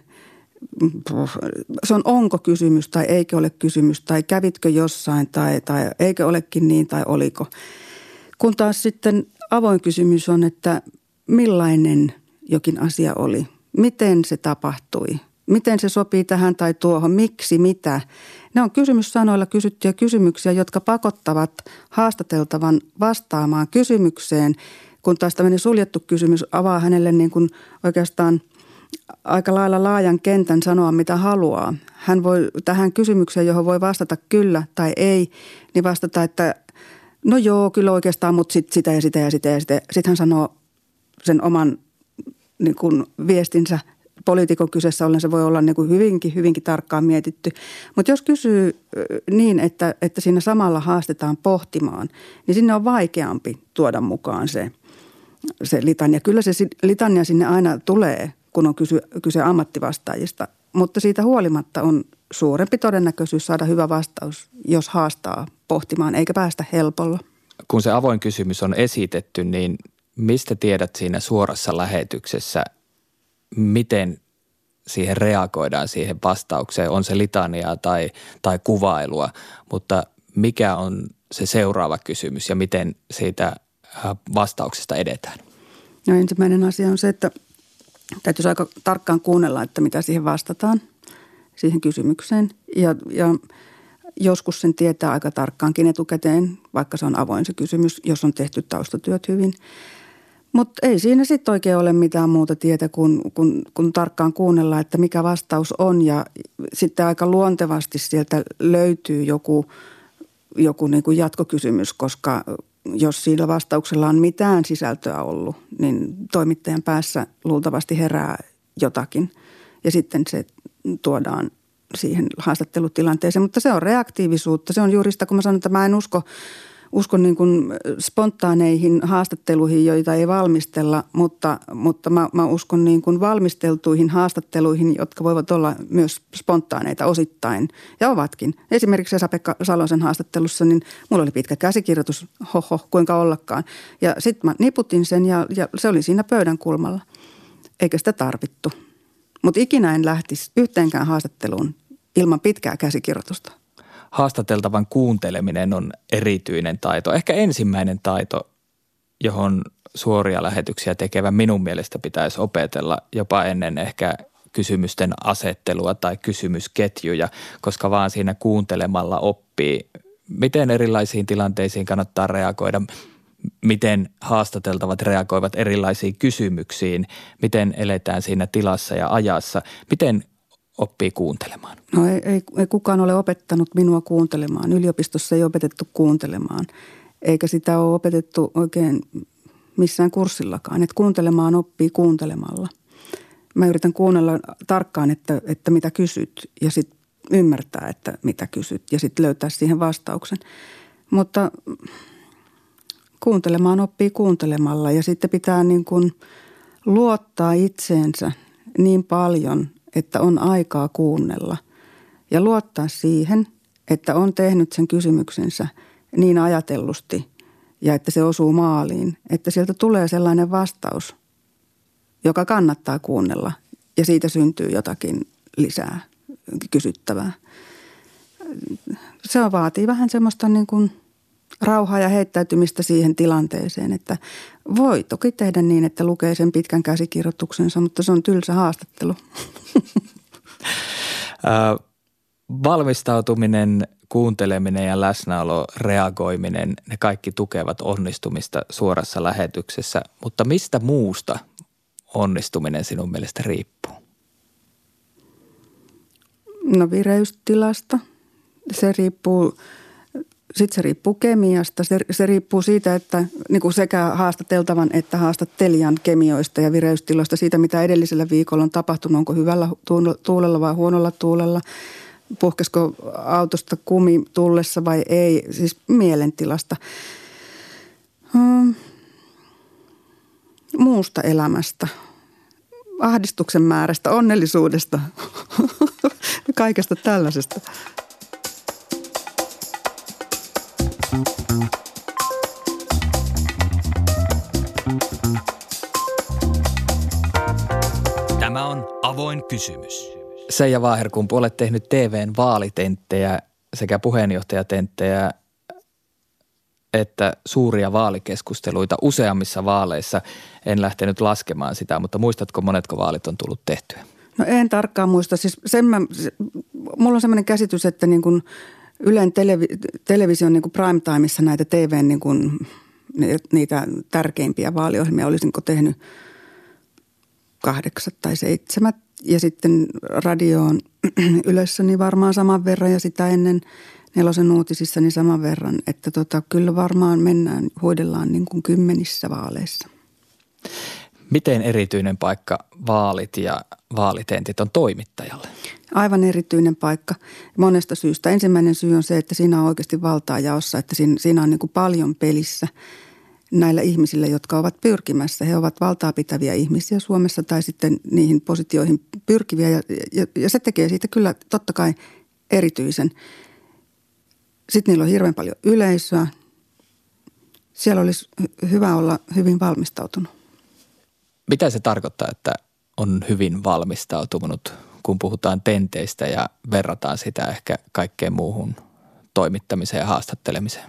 Se on onko kysymys tai eikö ole kysymys tai kävitkö jossain tai eikö olekin niin tai oliko. Kun taas sitten avoin kysymys on, että millainen jokin asia oli, miten se tapahtui, miten se sopii tähän tai tuohon, miksi, mitä. Ne on kysymyssanoilla kysyttyjä kysymyksiä, jotka pakottavat haastateltavan vastaamaan kysymykseen, kun taas tämmöinen suljettu kysymys avaa hänelle niin kuin oikeastaan aika lailla laajan kentän sanoa, mitä haluaa. Hän voi tähän kysymykseen, johon voi vastata kyllä tai ei, niin vastata, että no joo, kyllä oikeastaan, mutta sitä ja sitä ja sitä ja sitä. Sitten hän sanoo sen oman niin kuin viestinsä. Poliitikon kyseessä ollen se voi olla niin kuin hyvinkin tarkkaan mietitty. Mutta jos kysyy niin, että siinä samalla haastetaan pohtimaan, niin sinne on vaikeampi tuoda mukaan se litania. Kyllä se litania sinne aina tulee, kun on kyse ammattivastaajista, mutta siitä huolimatta on suurempi todennäköisyys saada hyvä vastaus, jos haastaa pohtimaan eikä päästä helpolla. Kun se avoin kysymys on esitetty, niin mistä tiedät siinä suorassa lähetyksessä, miten siihen reagoidaan siihen vastaukseen? On se litaniaa tai kuvailua, mutta mikä on se seuraava kysymys ja miten siitä vastauksesta edetään? No ensimmäinen asia on se, että täytyisi aika tarkkaan kuunnella, että mitä siihen vastataan, siihen kysymykseen. Ja joskus sen tietää aika tarkkaankin etukäteen, vaikka se on avoin se kysymys, jos on tehty taustatyöt hyvin. Mutta ei siinä sitten oikein ole mitään muuta tietä kun tarkkaan kuunnella, että mikä vastaus on. Ja sitten aika luontevasti sieltä löytyy joku niin kuin jatkokysymys, koska jos sillä vastauksella on mitään sisältöä ollut, niin toimittajan päässä luultavasti herää jotakin. Ja sitten se tuodaan siihen haastattelutilanteeseen. Mutta se on reaktiivisuutta. Se on juuri sitä, kun mä sanon, että mä en usko niin kuin spontaaneihin haastatteluihin, joita ei valmistella, mutta mä uskon niin kuin valmisteltuihin haastatteluihin, jotka voivat olla myös spontaaneita osittain ja ovatkin. Esimerkiksi Esa-Pekka Salosen haastattelussa, niin mulla oli pitkä käsikirjoitus, kuinka ollakaan. Ja sitten mä niputin sen ja se oli siinä pöydän kulmalla, eikä sitä tarvittu. Mutta ikinä en lähtisi yhteenkään haastatteluun ilman pitkää käsikirjoitusta. Haastateltavan kuunteleminen on erityinen taito, ehkä ensimmäinen taito, johon suoria lähetyksiä tekevän minun mielestä pitäisi opetella jopa ennen ehkä kysymysten asettelua tai kysymysketjuja, koska vaan siinä kuuntelemalla oppii, miten erilaisiin tilanteisiin kannattaa reagoida, miten haastateltavat reagoivat erilaisiin kysymyksiin, miten eletään siinä tilassa ja ajassa, miten oppii kuuntelemaan? No ei kukaan ole opettanut minua kuuntelemaan. Yliopistossa ei opetettu kuuntelemaan, eikä sitä ole opetettu oikein missään kurssillakaan. Että kuuntelemaan oppii kuuntelemalla. Mä yritän kuunnella tarkkaan, että mitä kysyt ja sitten ymmärtää, että mitä kysyt ja sitten löytää siihen vastauksen. Mutta kuuntelemaan oppii kuuntelemalla ja sitten pitää niin kuin luottaa itseensä niin paljon, että on aikaa kuunnella ja luottaa siihen, että on tehnyt sen kysymyksensä niin ajatellusti ja että se osuu maaliin, että sieltä tulee sellainen vastaus, joka kannattaa kuunnella ja siitä syntyy jotakin lisää kysyttävää. Se vaatii vähän semmoista niin kuin rauhaa ja heittäytymistä siihen tilanteeseen, että voi toki tehdä niin, että lukee sen pitkän käsikirjoituksensa, mutta se on tylsä haastattelu. Valmistautuminen, kuunteleminen ja läsnäolo, reagoiminen, ne kaikki tukevat onnistumista suorassa lähetyksessä, mutta mistä muusta onnistuminen sinun mielestä riippuu? No vireystilasta. Se riippuu kemiasta. Se riippuu siitä, että niin kuin sekä haastateltavan että haastattelijan kemioista ja vireystiloista, siitä mitä edellisellä viikolla on tapahtunut, onko hyvällä tuulella vai huonolla tuulella, puhkesko autosta kumi tullessa vai ei, siis mielentilasta. Muusta elämästä, ahdistuksen määrästä, onnellisuudesta, kaikesta tällaisesta. Tämä on avoin kysymys. Seija Vaaherkumpu, olet tehnyt TV:n vaalitenttejä sekä puheenjohtajatenttejä että suuria vaalikeskusteluita useammissa vaaleissa. En lähtenyt laskemaan sitä, mutta muistatko monetko vaalit on tullut tehtyä? No en tarkkaan muista. Siis mulla on sellainen käsitys, että niin kuin Ylen television niin kuin prime-timeissa näitä TV:n niin kuin niitä tärkeimpiä vaaliohjelmia olisinko tehnyt 8 tai 7 ja sitten radioon Ylessä niin varmaan saman verran ja sitä ennen Nelosen uutisissa niin saman verran, että kyllä varmaan huidellaan niin kuin 10 vaaleissa. Miten erityinen paikka vaalit ja vaalitentit on toimittajalle? Aivan erityinen paikka monesta syystä. Ensimmäinen syy on se, että siinä on oikeasti valtaa jaossa, että siinä on niin kuin paljon pelissä näillä ihmisillä, jotka ovat pyrkimässä. He ovat valtaa pitäviä ihmisiä Suomessa tai sitten niihin positioihin pyrkiviä ja se tekee siitä kyllä totta kai erityisen. Sitten niillä on hirveän paljon yleisöä. Siellä olisi hyvä olla hyvin valmistautunut. Mitä se tarkoittaa, että on hyvin valmistautunut, kun puhutaan tenteistä ja verrataan sitä ehkä kaikkeen muuhun toimittamiseen ja haastattelemiseen?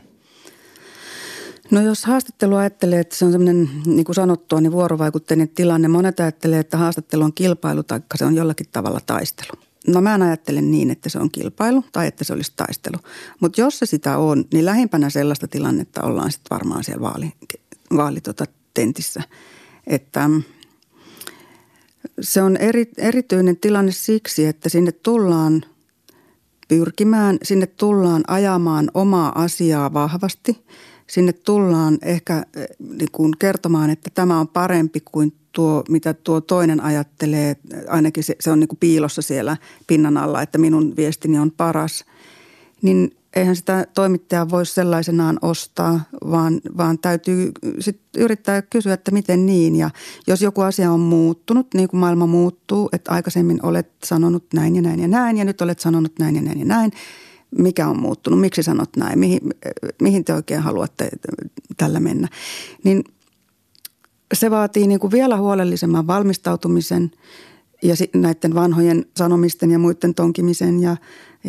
No jos haastattelu ajattelee, että se on semmoinen, niin kuin sanottua, niin vuorovaikutteinen tilanne. Monet ajattelee, että haastattelu on kilpailu tai se on jollakin tavalla taistelu. No mä en ajattele niin, että se on kilpailu tai että se olisi taistelu. Mutta jos se sitä on, niin lähimpänä sellaista tilannetta ollaan sitten varmaan siellä vaalitentissä. Että se on erityinen tilanne siksi, että sinne tullaan pyrkimään, sinne tullaan ajamaan omaa asiaa vahvasti. Sinne tullaan ehkä niin kuin kertomaan, että tämä on parempi kuin tuo, mitä tuo toinen ajattelee. Ainakin se on niin kuin piilossa siellä pinnan alla, että minun viestini on paras. Niin eihän sitä toimittajaa voi sellaisenaan ostaa, vaan täytyy sitten yrittää kysyä, että miten niin. Ja jos joku asia on muuttunut, niin kuin maailma muuttuu, että aikaisemmin olet sanonut näin ja näin ja näin ja nyt olet sanonut näin ja näin ja näin. Mikä on muuttunut? Miksi sanot näin? Mihin te oikein haluatte tällä mennä? Niin se vaatii niin kuin vielä huolellisemman valmistautumisen ja näiden vanhojen sanomisten ja muiden tonkimisen ja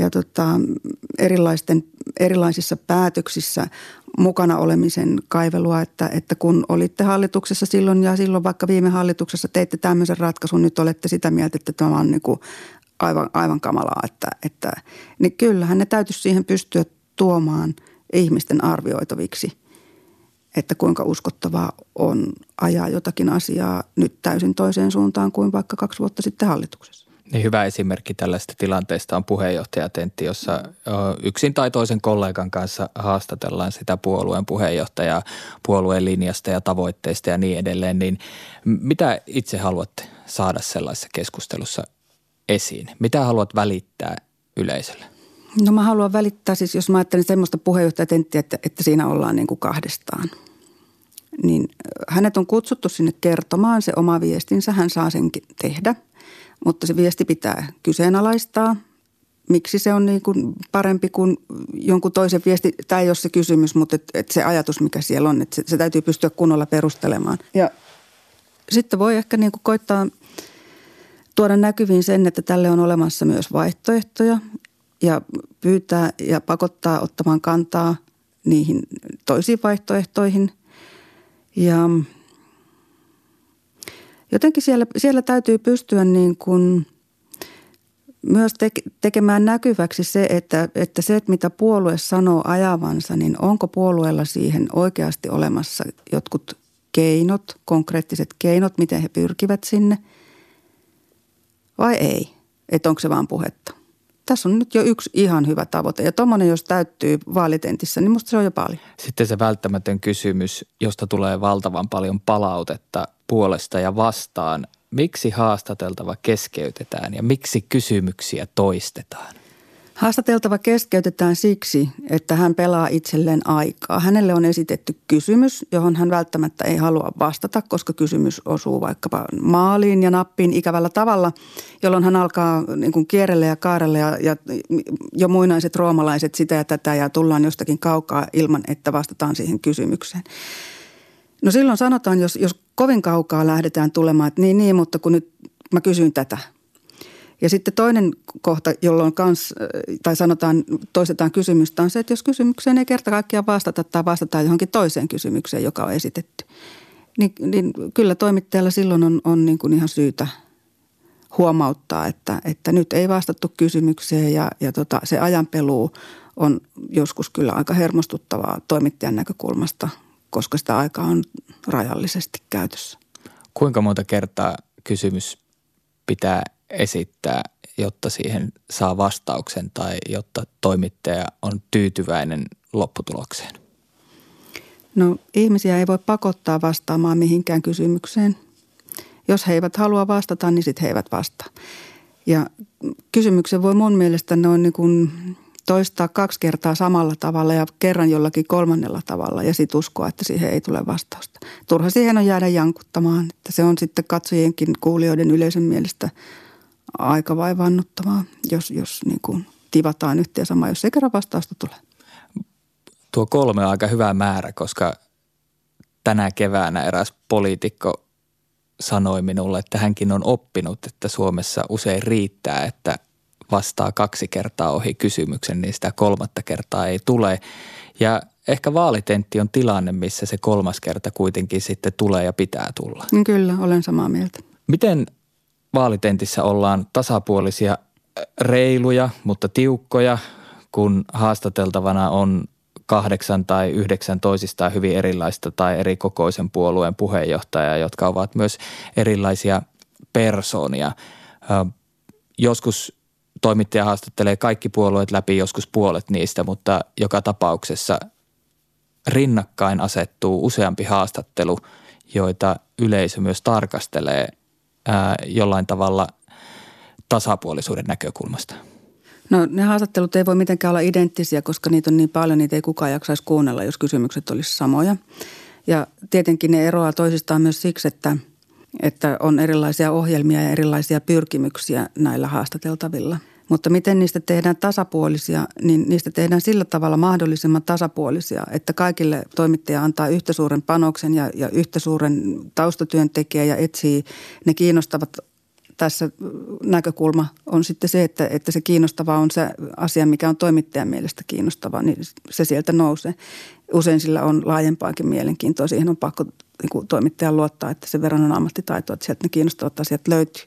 erilaisissa päätöksissä mukana olemisen kaivelua, että kun olitte hallituksessa silloin ja silloin vaikka viime hallituksessa teitte tämmöisen ratkaisun, nyt olette sitä mieltä, että tämä on niin kuin aivan kamalaa, niin kyllähän ne täytyisi siihen pystyä tuomaan ihmisten arvioitaviksi. että kuinka uskottavaa on ajaa jotakin asiaa nyt täysin toiseen suuntaan kuin vaikka 2 vuotta sitten hallituksessa. Niin hyvä esimerkki tällaista tilanteesta on puheenjohtajatentti, jossa yksin tai toisen kollegan kanssa haastatellaan sitä puolueen puheenjohtajaa puolueen linjasta ja tavoitteista ja niin edelleen. Niin mitä itse haluatte saada sellaisessa keskustelussa esiin? Mitä haluat välittää yleisölle? No mä haluan välittää siis, jos mä ajattelen semmoista puheenjohtajatenttiä, että siinä ollaan niin kuin kahdestaan. Niin hänet on kutsuttu sinne kertomaan se oma viestinsä, hän saa sen tehdä. Mutta se viesti pitää kyseenalaistaa. Miksi se on niin kuin parempi kuin jonkun toisen viesti? Tämä ei ole se kysymys, mutta että se ajatus, mikä siellä on, että se täytyy pystyä kunnolla perustelemaan. Ja sitten voi ehkä niin kuin koittaa tuoda näkyviin sen, että tälle on olemassa myös vaihtoehtoja ja pyytää ja pakottaa ottamaan kantaa niihin toisiin vaihtoehtoihin. Ja jotenkin siellä täytyy pystyä niin kuin myös tekemään näkyväksi se, että se, mitä puolue sanoo ajavansa, niin onko puolueella siihen oikeasti olemassa jotkut keinot, konkreettiset keinot, miten he pyrkivät sinne vai ei, että onko se vaan puhetta. Tässä on nyt jo yksi ihan hyvä tavoite ja tuommoinen, jos täyttyy vaalitentissä, niin musta se on jo paljon. Sitten se välttämätön kysymys, josta tulee valtavan paljon palautetta puolesta ja vastaan. Miksi haastateltava keskeytetään ja miksi kysymyksiä toistetaan? Haastateltava keskeytetään siksi, että hän pelaa itselleen aikaa. Hänelle on esitetty kysymys, johon hän välttämättä ei halua vastata, koska kysymys osuu vaikkapa maaliin ja nappiin ikävällä tavalla, jolloin hän alkaa niin kuin kierrellä ja kaarella ja jo muinaiset roomalaiset sitä ja tätä ja tullaan jostakin kaukaa ilman, että vastataan siihen kysymykseen. No silloin sanotaan, jos kovin kaukaa lähdetään tulemaan, että niin, mutta kun nyt mä kysyin tätä. Ja sitten toinen kohta, jolloin toistetaan kysymystä, on se, että jos kysymykseen ei kerta kaikkiaan vastata tai vastataan johonkin toiseen kysymykseen, joka on esitetty, niin kyllä toimittajalla silloin on niin kuin ihan syytä huomauttaa, että nyt ei vastattu kysymykseen ja se ajanpeluu on joskus kyllä aika hermostuttavaa toimittajan näkökulmasta, koska sitä aikaa on rajallisesti käytössä. Kuinka monta kertaa kysymys pitää esittää, jotta siihen saa vastauksen tai jotta toimittaja on tyytyväinen lopputulokseen? No ihmisiä ei voi pakottaa vastaamaan mihinkään kysymykseen. Jos he eivät halua vastata, niin sitten he eivät vastaa. Ja kysymyksen voi mun mielestä noin niin kuin toistaa 2 kertaa samalla tavalla ja kerran jollakin 3. tavalla ja sitten uskoa, että siihen ei tule vastausta. Turha siihen on jäädä jankuttamaan, että se on sitten katsojienkin kuulijoiden yleisön mielestä aika vaivaannuttavaa, jos niin kuin tivataan yhtä ja samaa, jos ei kerran vastausta tule. Tuo 3 on aika hyvä määrä, koska tänä keväänä eräs poliitikko sanoi minulle, että hänkin on oppinut, että Suomessa usein riittää, että vastaa 2 kertaa ohi kysymyksen, niin sitä 3. kertaa ei tule. Ja ehkä vaalitentti on tilanne, missä se 3. kerta kuitenkin sitten tulee ja pitää tulla. Kyllä, olen samaa mieltä. Miten vaalitentissä ollaan tasapuolisia, reiluja, mutta tiukkoja, kun haastateltavana on 8 tai 9 toisistaan hyvin erilaista tai eri kokoisen puolueen puheenjohtajaa, jotka ovat myös erilaisia persoonia. Joskus toimittaja haastattelee kaikki puolueet läpi, joskus puolet niistä, mutta joka tapauksessa rinnakkain asettuu useampi haastattelu, joita yleisö myös tarkastelee jollain tavalla tasapuolisuuden näkökulmasta. No ne haastattelut ei voi mitenkään olla identtisiä, koska niitä on niin paljon, niitä ei kukaan jaksaisi kuunnella, jos kysymykset olisi samoja. Ja tietenkin ne eroaa toisistaan myös siksi, että on erilaisia ohjelmia ja erilaisia pyrkimyksiä näillä haastateltavilla. Mutta miten niistä tehdään tasapuolisia, niin niistä tehdään sillä tavalla mahdollisimman tasapuolisia, että kaikille toimittaja antaa yhtä suuren panoksen ja yhtä suuren taustatyöntekijä ja etsii ne kiinnostavat. Tässä näkökulma on sitten se, että se kiinnostava on se asia, mikä on toimittajan mielestä kiinnostava, niin se sieltä nousee. Usein sillä on laajempaakin mielenkiintoa. Siihen on pakko niin toimittajan luottaa, että sen verran on ammattitaitoa, että sieltä ne kiinnostavat asiat löytyy.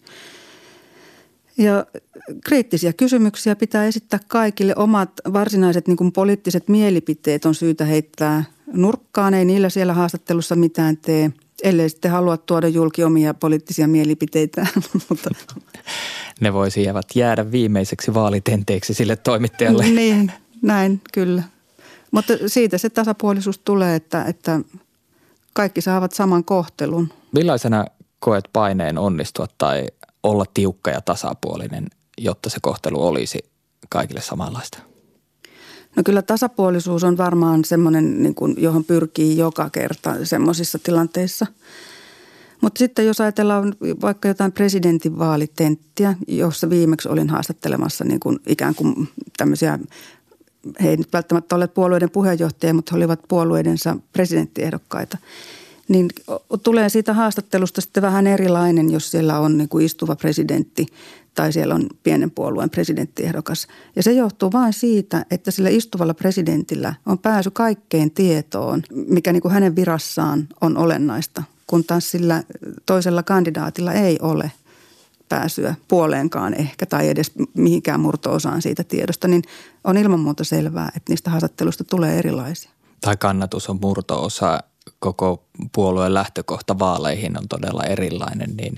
Ja kriittisiä kysymyksiä pitää esittää kaikille. Omat varsinaiset niin kuin poliittiset mielipiteet on syytä heittää nurkkaan, ei niillä siellä haastattelussa mitään tee, ellei sitten halua tuoda julki omia poliittisia mielipiteitä. Mutta ne voisivat jäädä viimeiseksi vaalitenteeksi sille toimittajalle. Niin, näin kyllä. Mutta siitä se tasapuolisuus tulee, että kaikki saavat saman kohtelun. Millaisena koet paineen onnistua tai olla tiukka ja tasapuolinen, jotta se kohtelu olisi kaikille samanlaista? No kyllä tasapuolisuus on varmaan semmoinen, niin kuin, johon pyrkii joka kerta semmoisissa tilanteissa. Mutta sitten jos ajatellaan vaikka jotain presidentinvaalitenttiä, jossa viimeksi olin haastattelemassa niin kuin ikään kuin tämmöisiä, he ei nyt välttämättä ole puolueiden puheenjohtajia, mutta he olivat puolueidensa presidenttiehdokkaita. Niin tulee siitä haastattelusta sitten vähän erilainen, jos siellä on niin kuin istuva presidentti tai siellä on pienen puolueen presidenttiehdokas. Ja se johtuu vain siitä, että sillä istuvalla presidentillä on pääsy kaikkeen tietoon, mikä niin kuin hänen virassaan on olennaista, kun taas sillä toisella kandidaatilla ei ole pääsyä puoleenkaan ehkä tai edes mihinkään murto-osaan siitä tiedosta, niin on ilman muuta selvää, että niistä haastattelusta tulee erilaisia. Tai kannatus on murto-osa, koko puolueen lähtökohta vaaleihin on todella erilainen, niin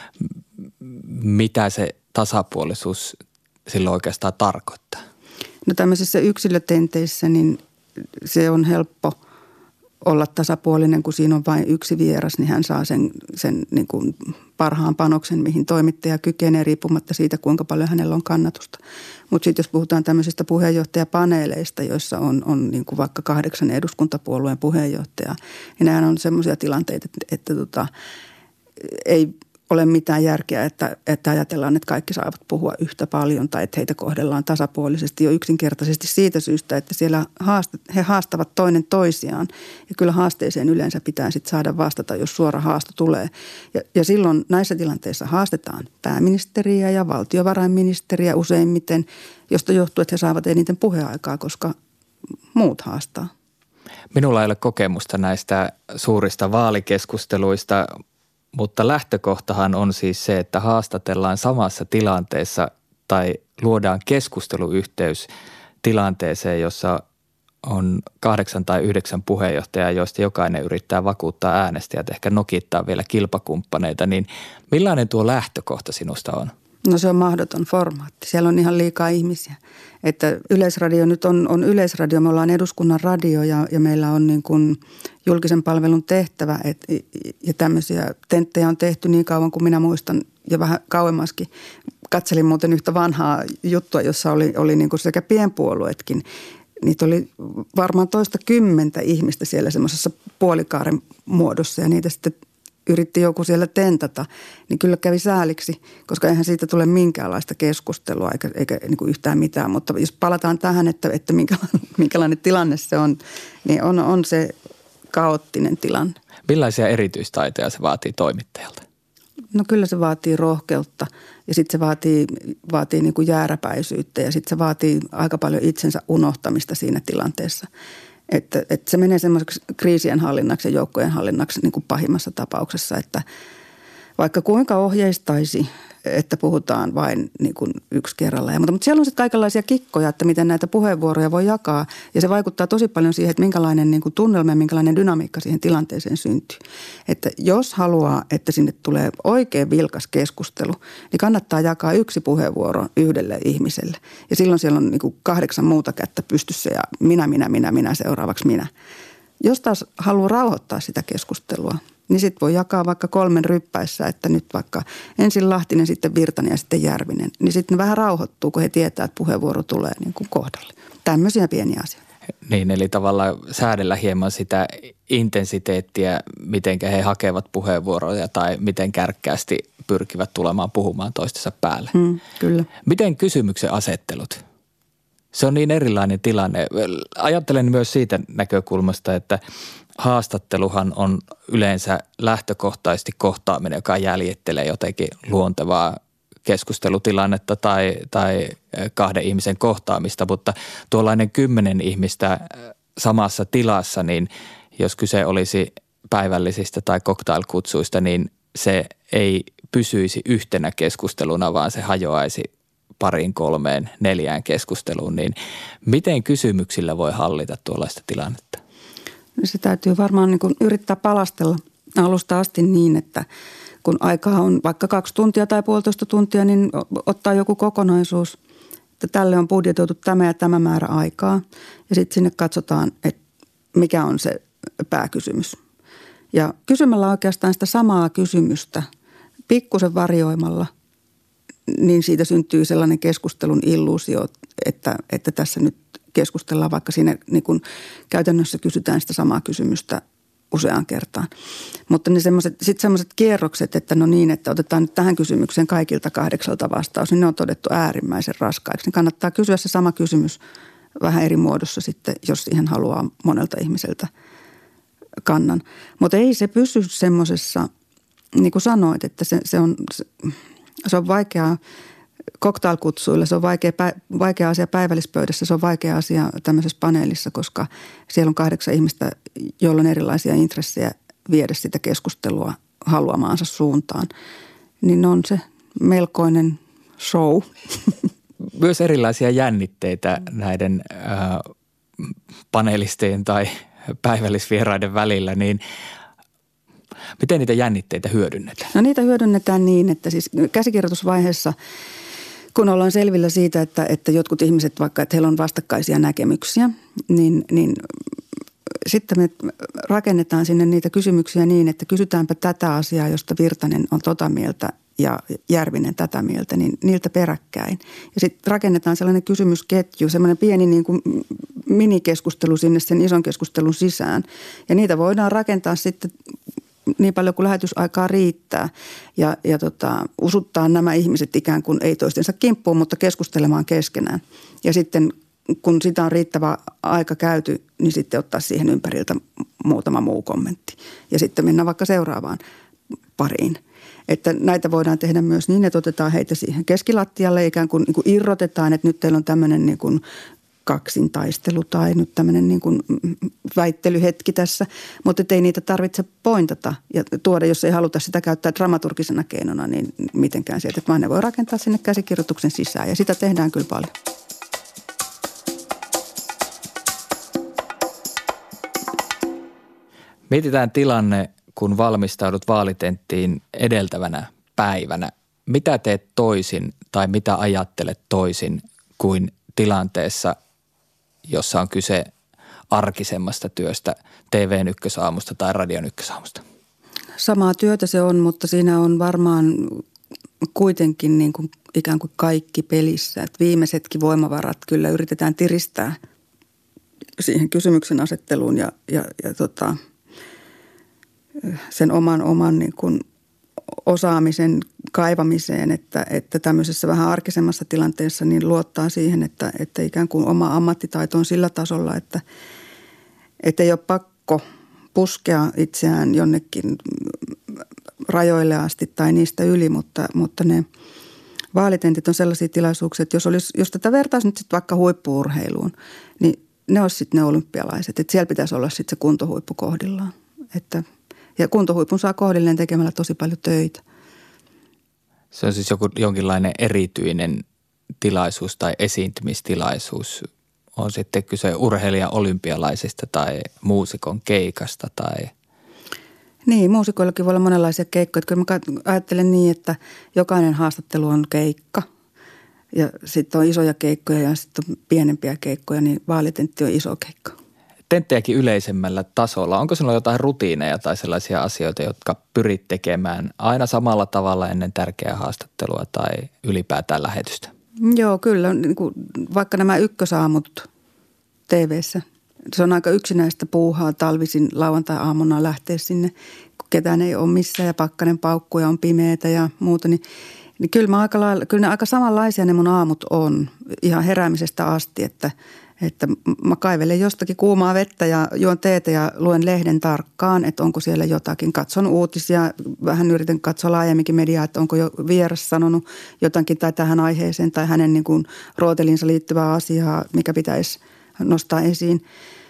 mitä se tasapuolisuus silloin oikeastaan tarkoittaa? No tämmöisissä yksilötenteissä niin se on helppo olla tasapuolinen, kun siinä on vain yksi vieras, niin hän saa sen niin kuin parhaan panoksen, mihin toimittaja kykenee riippumatta siitä, kuinka paljon hänellä on kannatusta. Mutta sitten jos puhutaan tämmöisistä puheenjohtajapaneeleista, joissa on niin kuin vaikka 8 eduskuntapuolueen puheenjohtajaa, niin nämä on semmoisia tilanteita, että ei ole mitään järkeä, että ajatellaan, että kaikki saavat puhua yhtä paljon tai että heitä kohdellaan tasapuolisesti jo yksinkertaisesti siitä syystä, että siellä he haastavat toinen toisiaan. Ja kyllä haasteeseen yleensä pitää sitten saada vastata, jos suora haasto tulee. Ja silloin näissä tilanteissa haastetaan pääministeriä ja valtiovarainministeriä useimmiten, josta johtuu, että he saavat eniten puheaikaa, koska muut haastaa. Minulla ei ole kokemusta näistä suurista vaalikeskusteluista, mutta lähtökohtahan on siis se, että haastatellaan samassa tilanteessa tai luodaan keskusteluyhteys tilanteeseen, jossa on 8 tai 9 puheenjohtajaa, joista jokainen yrittää vakuuttaa äänestäjät, ehkä nokittaa vielä kilpakumppaneita, niin millainen tuo lähtökohta sinusta on? No se on mahdoton formaatti. Siellä on ihan liikaa ihmisiä. Että Yleisradio nyt on Yleisradio, me ollaan eduskunnan radio ja meillä on niin kuin julkisen palvelun tehtävä. Ja tämmöisiä tenttejä on tehty niin kauan kuin minä muistan ja vähän kauemmaskin. Katselin muuten yhtä vanhaa juttua, jossa oli niin kuin sekä pienpuolueetkin. Niitä oli varmaan 10 ihmistä siellä semmoisessa puolikaaren muodossa ja niitä sitten yritti joku siellä tentata, niin kyllä kävi sääliksi, koska eihän siitä tule minkäänlaista keskustelua eikä niin kuin yhtään mitään. Mutta jos palataan tähän, että minkälainen tilanne se on, niin on se kaoottinen tilanne. Millaisia erityistaitoja se vaatii toimittajalta? No kyllä se vaatii rohkeutta ja sitten se vaatii niin kuin jääräpäisyyttä ja sitten se vaatii aika paljon itsensä unohtamista siinä tilanteessa. Että se menee semmoiseksi kriisien hallinnaksi ja joukkojen hallinnaksi niin kuin pahimmassa tapauksessa, että vaikka kuinka ohjeistaisi, että puhutaan vain niin kuin yksi kerrallaan. Mutta siellä on sitten kaikenlaisia kikkoja, että miten näitä puheenvuoroja voi jakaa ja se vaikuttaa tosi paljon siihen, että minkälainen niin kuin tunnelma ja minkälainen dynamiikka siihen tilanteeseen syntyy. Että jos haluaa, että sinne tulee oikein vilkas keskustelu, niin kannattaa jakaa yksi puheenvuoro yhdelle ihmiselle. Ja silloin siellä on niin kuin 8 muuta kättä pystyssä ja minä, seuraavaksi minä. Jos taas haluaa rauhoittaa sitä keskustelua, niin sitten voi jakaa vaikka 3 ryppäissä, että nyt vaikka ensin Lahtinen, sitten Virtanen ja sitten Järvinen. Niin sitten ne vähän rauhoittuu, kun he tietää, että puheenvuoro tulee niin kuin kohdalle. Tämmöisiä pieniä asioita. Niin, eli tavallaan säädellä hieman sitä intensiteettiä, miten he hakevat puheenvuoroja tai miten kärkkäästi pyrkivät tulemaan puhumaan toistensa päälle. Kyllä. Miten kysymyksen asettelut? Se on niin erilainen tilanne. Ajattelen myös siitä näkökulmasta, että haastatteluhan on yleensä lähtökohtaisesti kohtaaminen, joka jäljittelee jotenkin luontevaa keskustelutilannetta tai 2 ihmisen kohtaamista, mutta tuollainen 10 ihmistä samassa tilassa, niin jos kyse olisi päivällisistä tai cocktailkutsuista, niin se ei pysyisi yhtenä keskusteluna, vaan se hajoaisi 2, 3, 4 keskusteluun, niin miten kysymyksillä voi hallita tuollaista tilannetta? Se täytyy varmaan niin kuin yrittää palastella alusta asti niin, että kun aikaa on vaikka 2 tuntia tai 1,5 tuntia, niin ottaa joku kokonaisuus, että tälle on budjetoitu tämä ja tämä määrä aikaa. Ja sitten sinne katsotaan, että mikä on se pääkysymys. Ja kysymällä oikeastaan sitä samaa kysymystä, pikkusen varjoimalla, niin siitä syntyy sellainen keskustelun illuusio, että tässä nyt keskustellaan, vaikka siinä niin kuin käytännössä kysytään sitä samaa kysymystä useaan kertaan. Mutta ne semmoiset kierrokset, että no niin, että otetaan nyt tähän kysymykseen kaikilta 8 vastaus, niin ne on todettu äärimmäisen raskaiksi. Niin kannattaa kysyä se sama kysymys vähän eri muodossa sitten, jos siihen haluaa monelta ihmiseltä kannan. Mutta ei se pysy semmoisessa, niin kuin sanoit, että se on vaikeaa cocktailkutsuilla, se on vaikea asia päivällispöydässä, se on vaikea asia tämmöisessä paneelissa, koska siellä on 8 ihmistä, joilla on erilaisia intressejä viedä sitä keskustelua haluamaansa suuntaan. Niin on se melkoinen show. Myös erilaisia jännitteitä näiden panelistien tai päivällisvieraiden välillä, niin miten niitä jännitteitä hyödynnetään? No niitä hyödynnetään niin, että siis käsikirjoitusvaiheessa, kun ollaan selvillä siitä, että jotkut ihmiset, vaikka että heillä on vastakkaisia näkemyksiä, niin sitten me rakennetaan sinne niitä kysymyksiä niin, että kysytäänpä tätä asiaa, josta Virtanen on tota mieltä ja Järvinen tätä mieltä, niin niiltä peräkkäin. Ja sitten rakennetaan sellainen kysymysketju, semmoinen pieni niin kuin minikeskustelu sinne sen ison keskustelun sisään. Ja niitä voidaan rakentaa sitten niin paljon kuin lähetysaikaa riittää ja usuttaa nämä ihmiset ikään kuin ei toistensa kimppuun, mutta keskustelemaan keskenään. Ja sitten kun sitä on riittävä aika käyty, niin sitten ottaa siihen ympäriltä muutama muu kommentti. Ja sitten mennään vaikka seuraavaan pariin. Että näitä voidaan tehdä myös niin, että otetaan heitä siihen keskilattialle, ikään kuin irrotetaan, että nyt teillä on tämmöinen niin kuin kaksintaistelu tai nyt tämmöinen niin kuin väittelyhetki tässä, mutta ei niitä tarvitse pointata ja tuoda, jos ei haluta sitä käyttää dramaturgisena keinona, niin mitenkään sieltä, vaan ne voi rakentaa sinne käsikirjoituksen sisään ja sitä tehdään kyllä paljon. Mietitään tilanne, kun valmistaudut vaalitenttiin edeltävänä päivänä. Mitä teet toisin tai mitä ajattelet toisin kuin tilanteessa, jossa on kyse arkisemmasta työstä TV:n ykkösaamusta tai radion ykkösaamusta? Samaa työtä se on, mutta siinä on varmaan kuitenkin niin kuin ikään kuin kaikki pelissä. Että viimeisetkin voimavarat kyllä yritetään tiristää siihen kysymyksen asetteluun ja sen oman niin kuin osaamisen kaivamiseen, että tämmöisessä vähän arkisemmassa tilanteessa niin luottaa siihen, että ikään kuin oma ammattitaito on sillä tasolla, että ei ole pakko puskea itseään jonnekin rajoille asti tai niistä yli, mutta ne vaalitentit on sellaisia tilaisuuksia, että jos tätä vertaisi nyt sitten vaikka huippu-urheiluun, niin ne olisi sitten ne olympialaiset, että siellä pitäisi olla sitten se kuntohuippu kohdillaan, ja kuntohuipun saa kohdilleen tekemällä tosi paljon töitä. Se on siis jonkinlainen erityinen tilaisuus tai esiintymistilaisuus. On sitten kyse urheilijan olympialaisista tai muusikon keikasta tai... Niin, muusikoillakin voi olla monenlaisia keikkoja. Kyllä mä ajattelen niin, että jokainen haastattelu on keikka ja sitten on isoja keikkoja ja sitten on pienempiä keikkoja, niin vaalitentti on iso keikka. Tenttejäkin yleisemmällä tasolla. Onko sinulla jotain rutiineja tai sellaisia asioita, jotka pyrit tekemään aina samalla tavalla ennen tärkeää haastattelua tai ylipäätään lähetystä? Joo, kyllä. Niin kuin vaikka nämä ykkösaamut TV:ssä. Se on aika yksinäistä puuhaa talvisin lauantai-aamuna lähteä sinne, kun ketään ei ole missään ja pakkanen paukkuu ja on pimeätä ja muuta. Niin kyllä ne aika samanlaisia ne mun aamut on ihan heräämisestä asti, että mä kaivelen jostakin kuumaa vettä ja juon teetä ja luen lehden tarkkaan, että onko siellä jotakin. Katson uutisia, vähän yritän katsoa laajemminkin mediaa, että onko jo vieras sanonut jotakin tai tähän aiheeseen tai hänen niin kuin rootelinsa liittyvää asiaa, mikä pitäisi nostaa esiin.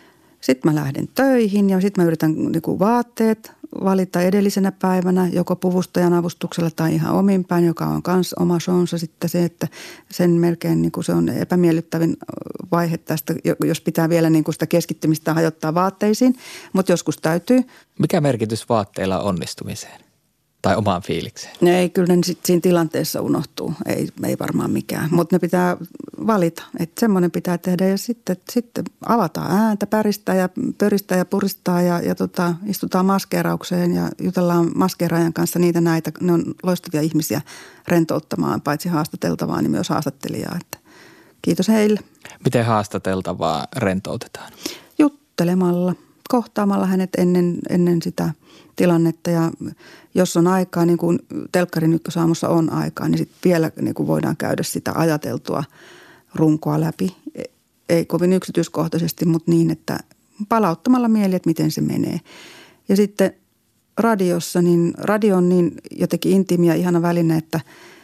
Sitten mä lähden töihin ja sitten mä yritän niinku vaatteet valita edellisenä päivänä joko puvustajan avustuksella tai ihan ominpäin, joka on myös oma show'nsa sitten se, että sen melkein niinku se on epämiellyttävin vaihe tästä, jos pitää vielä niinku sitä keskittymistä hajottaa vaatteisiin, mutta joskus täytyy. Mikä merkitys vaatteilla on onnistumiseen tai omaan fiilikseen? Ei, kyllä ne sitten siinä tilanteessa unohtuu, ei varmaan mikään, mutta ne pitää valita, että semmoinen pitää tehdä ja sitten avataan ääntä, päristää ja pöristää ja puristaa ja istutaan maskeeraukseen ja jutellaan maskeeraajan kanssa näitä, ne on loistavia ihmisiä rentouttamaan paitsi haastateltavaa, niin myös haastattelijaa, että kiitos heille. Miten haastateltavaa rentoutetaan? Juttelemalla, kohtaamalla hänet ennen sitä tilannetta ja jos on aikaa, niin kuin Telkkarin ykkösaamussa on aikaa, niin sitten vielä niin kuin voidaan käydä sitä ajateltua runkoa läpi. Ei kovin yksityiskohtaisesti, mutta niin, että palauttamalla mieli, että miten se menee. Ja sitten radiossa, niin radio on niin jotenkin intiimi ja ihana väline, että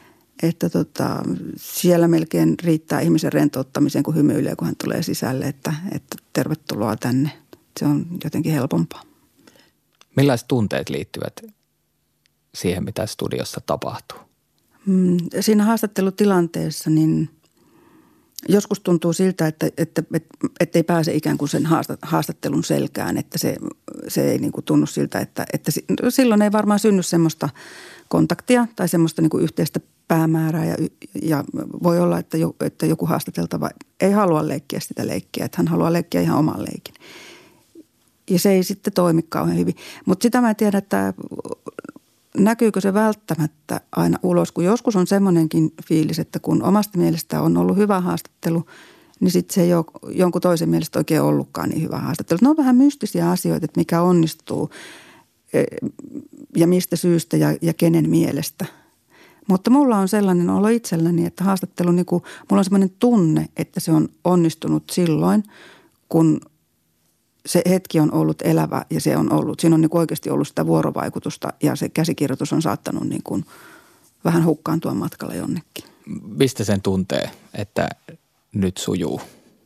siellä melkein riittää ihmisen rentouttamiseen, kun hymyilee, kun hän tulee sisälle, että tervetuloa tänne. Se on jotenkin helpompaa. Millaiset tunteet liittyvät siihen, mitä studiossa tapahtuu? Siinä haastattelutilanteessa niin joskus tuntuu siltä, että ei pääse ikään kuin sen haastattelun selkään, että se ei niin kuin tunnu siltä, että silloin ei varmaan synny semmoista kontaktia tai semmoista niin kuin yhteistä päämäärää ja voi olla, että joku haastateltava ei halua leikkiä sitä leikkiä, että hän haluaa leikkiä ihan oman leikin. Ja se ei sitten toimi kauhean hyvin. Mutta sitä mä en tiedä, että näkyykö se välttämättä aina ulos, kun joskus on semmoinenkin fiilis, että kun omasta mielestä on ollut hyvä haastattelu, niin sitten se ei ole jonkun toisen mielestä oikein ollutkaan niin hyvä haastattelu. Ne on vähän mystisiä asioita, että mikä onnistuu ja mistä syystä ja kenen mielestä. Mutta mulla on sellainen olo itselläni, että haastattelu, niin kuin, mulla on semmoinen tunne, että se on onnistunut silloin, kun se hetki on ollut elävä ja siinä on niin kuin oikeasti ollut sitä vuorovaikutusta ja se käsikirjoitus on saattanut niin kuin vähän hukkaantua matkalla jonnekin. Mistä sen tuntee, että nyt sujuu?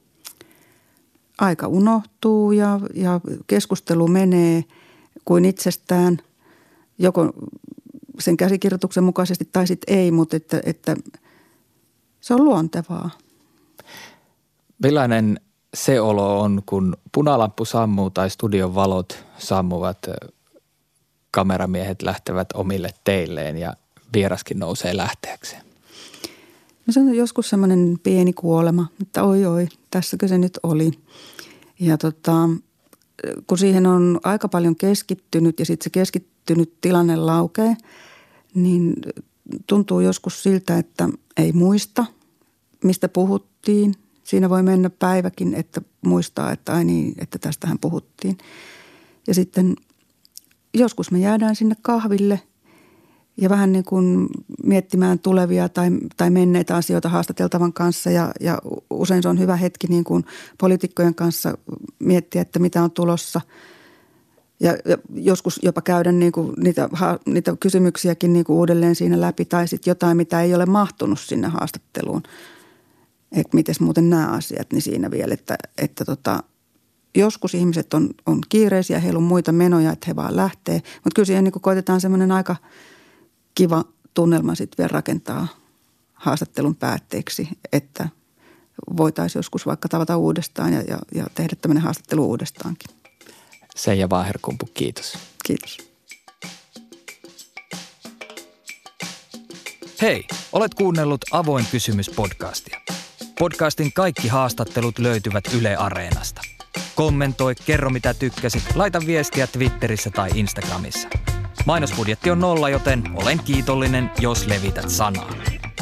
Aika unohtuu ja keskustelu menee kuin itsestään, joko sen käsikirjoituksen mukaisesti tai sitten ei, mutta että se on luontevaa. Millainen se olo on, kun punalamppu sammuu tai studion valot sammuvat, kameramiehet lähtevät omille teilleen ja vieraskin nousee lähteäkseen? No se on joskus semmoinen pieni kuolema, että oi, tässäkö se nyt oli. Ja kun siihen on aika paljon keskittynyt ja sitten se keskittynyt tilanne laukee, niin tuntuu joskus siltä, että ei muista, mistä puhuttiin. Siinä voi mennä päiväkin, että muistaa, että ai niin, että tästähän puhuttiin. Ja sitten joskus me jäädään sinne kahville ja vähän niin kuin miettimään tulevia tai menneitä asioita haastateltavan kanssa. Ja usein se on hyvä hetki niin kuin poliitikkojen kanssa miettiä, että mitä on tulossa. Ja joskus jopa käydä niin kuin niitä kysymyksiäkin niin kuin uudelleen siinä läpi tai sitten jotain, mitä ei ole mahtunut sinne haastatteluun. Että mites muuten nämä asiat, niin siinä vielä, että joskus ihmiset on kiireisiä, heillä on muita menoja, että he vaan lähtee. Mutta kyllä siihen niin koitetaan semmoinen aika kiva tunnelma sitten vielä rakentaa haastattelun päätteeksi, että voitaisiin joskus vaikka tavata uudestaan ja tehdä tämmöinen haastattelu uudestaankin. Seija Vaaherkumpu, kiitos. Kiitos. Hei, olet kuunnellut Avoin kysymys -podcastia. Podcastin kaikki haastattelut löytyvät Yle Areenasta. Kommentoi, kerro mitä tykkäsit, laita viestiä Twitterissä tai Instagramissa. Mainosbudjetti on 0, joten olen kiitollinen, jos levität sanaa.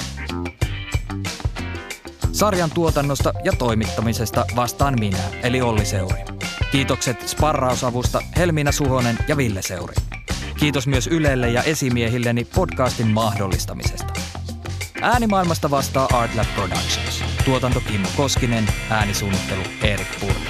Sarjan tuotannosta ja toimittamisesta vastaan minä, eli Olli Seuri. Kiitokset sparrausavusta Helmiina Suhonen ja Ville Seuri. Kiitos myös Ylelle ja esimiehilleni podcastin mahdollistamisesta. Äänimaailmasta vastaa Artlab Productions. Tuotanto Kimmo Koskinen, äänisuunnittelu Erik Purmo.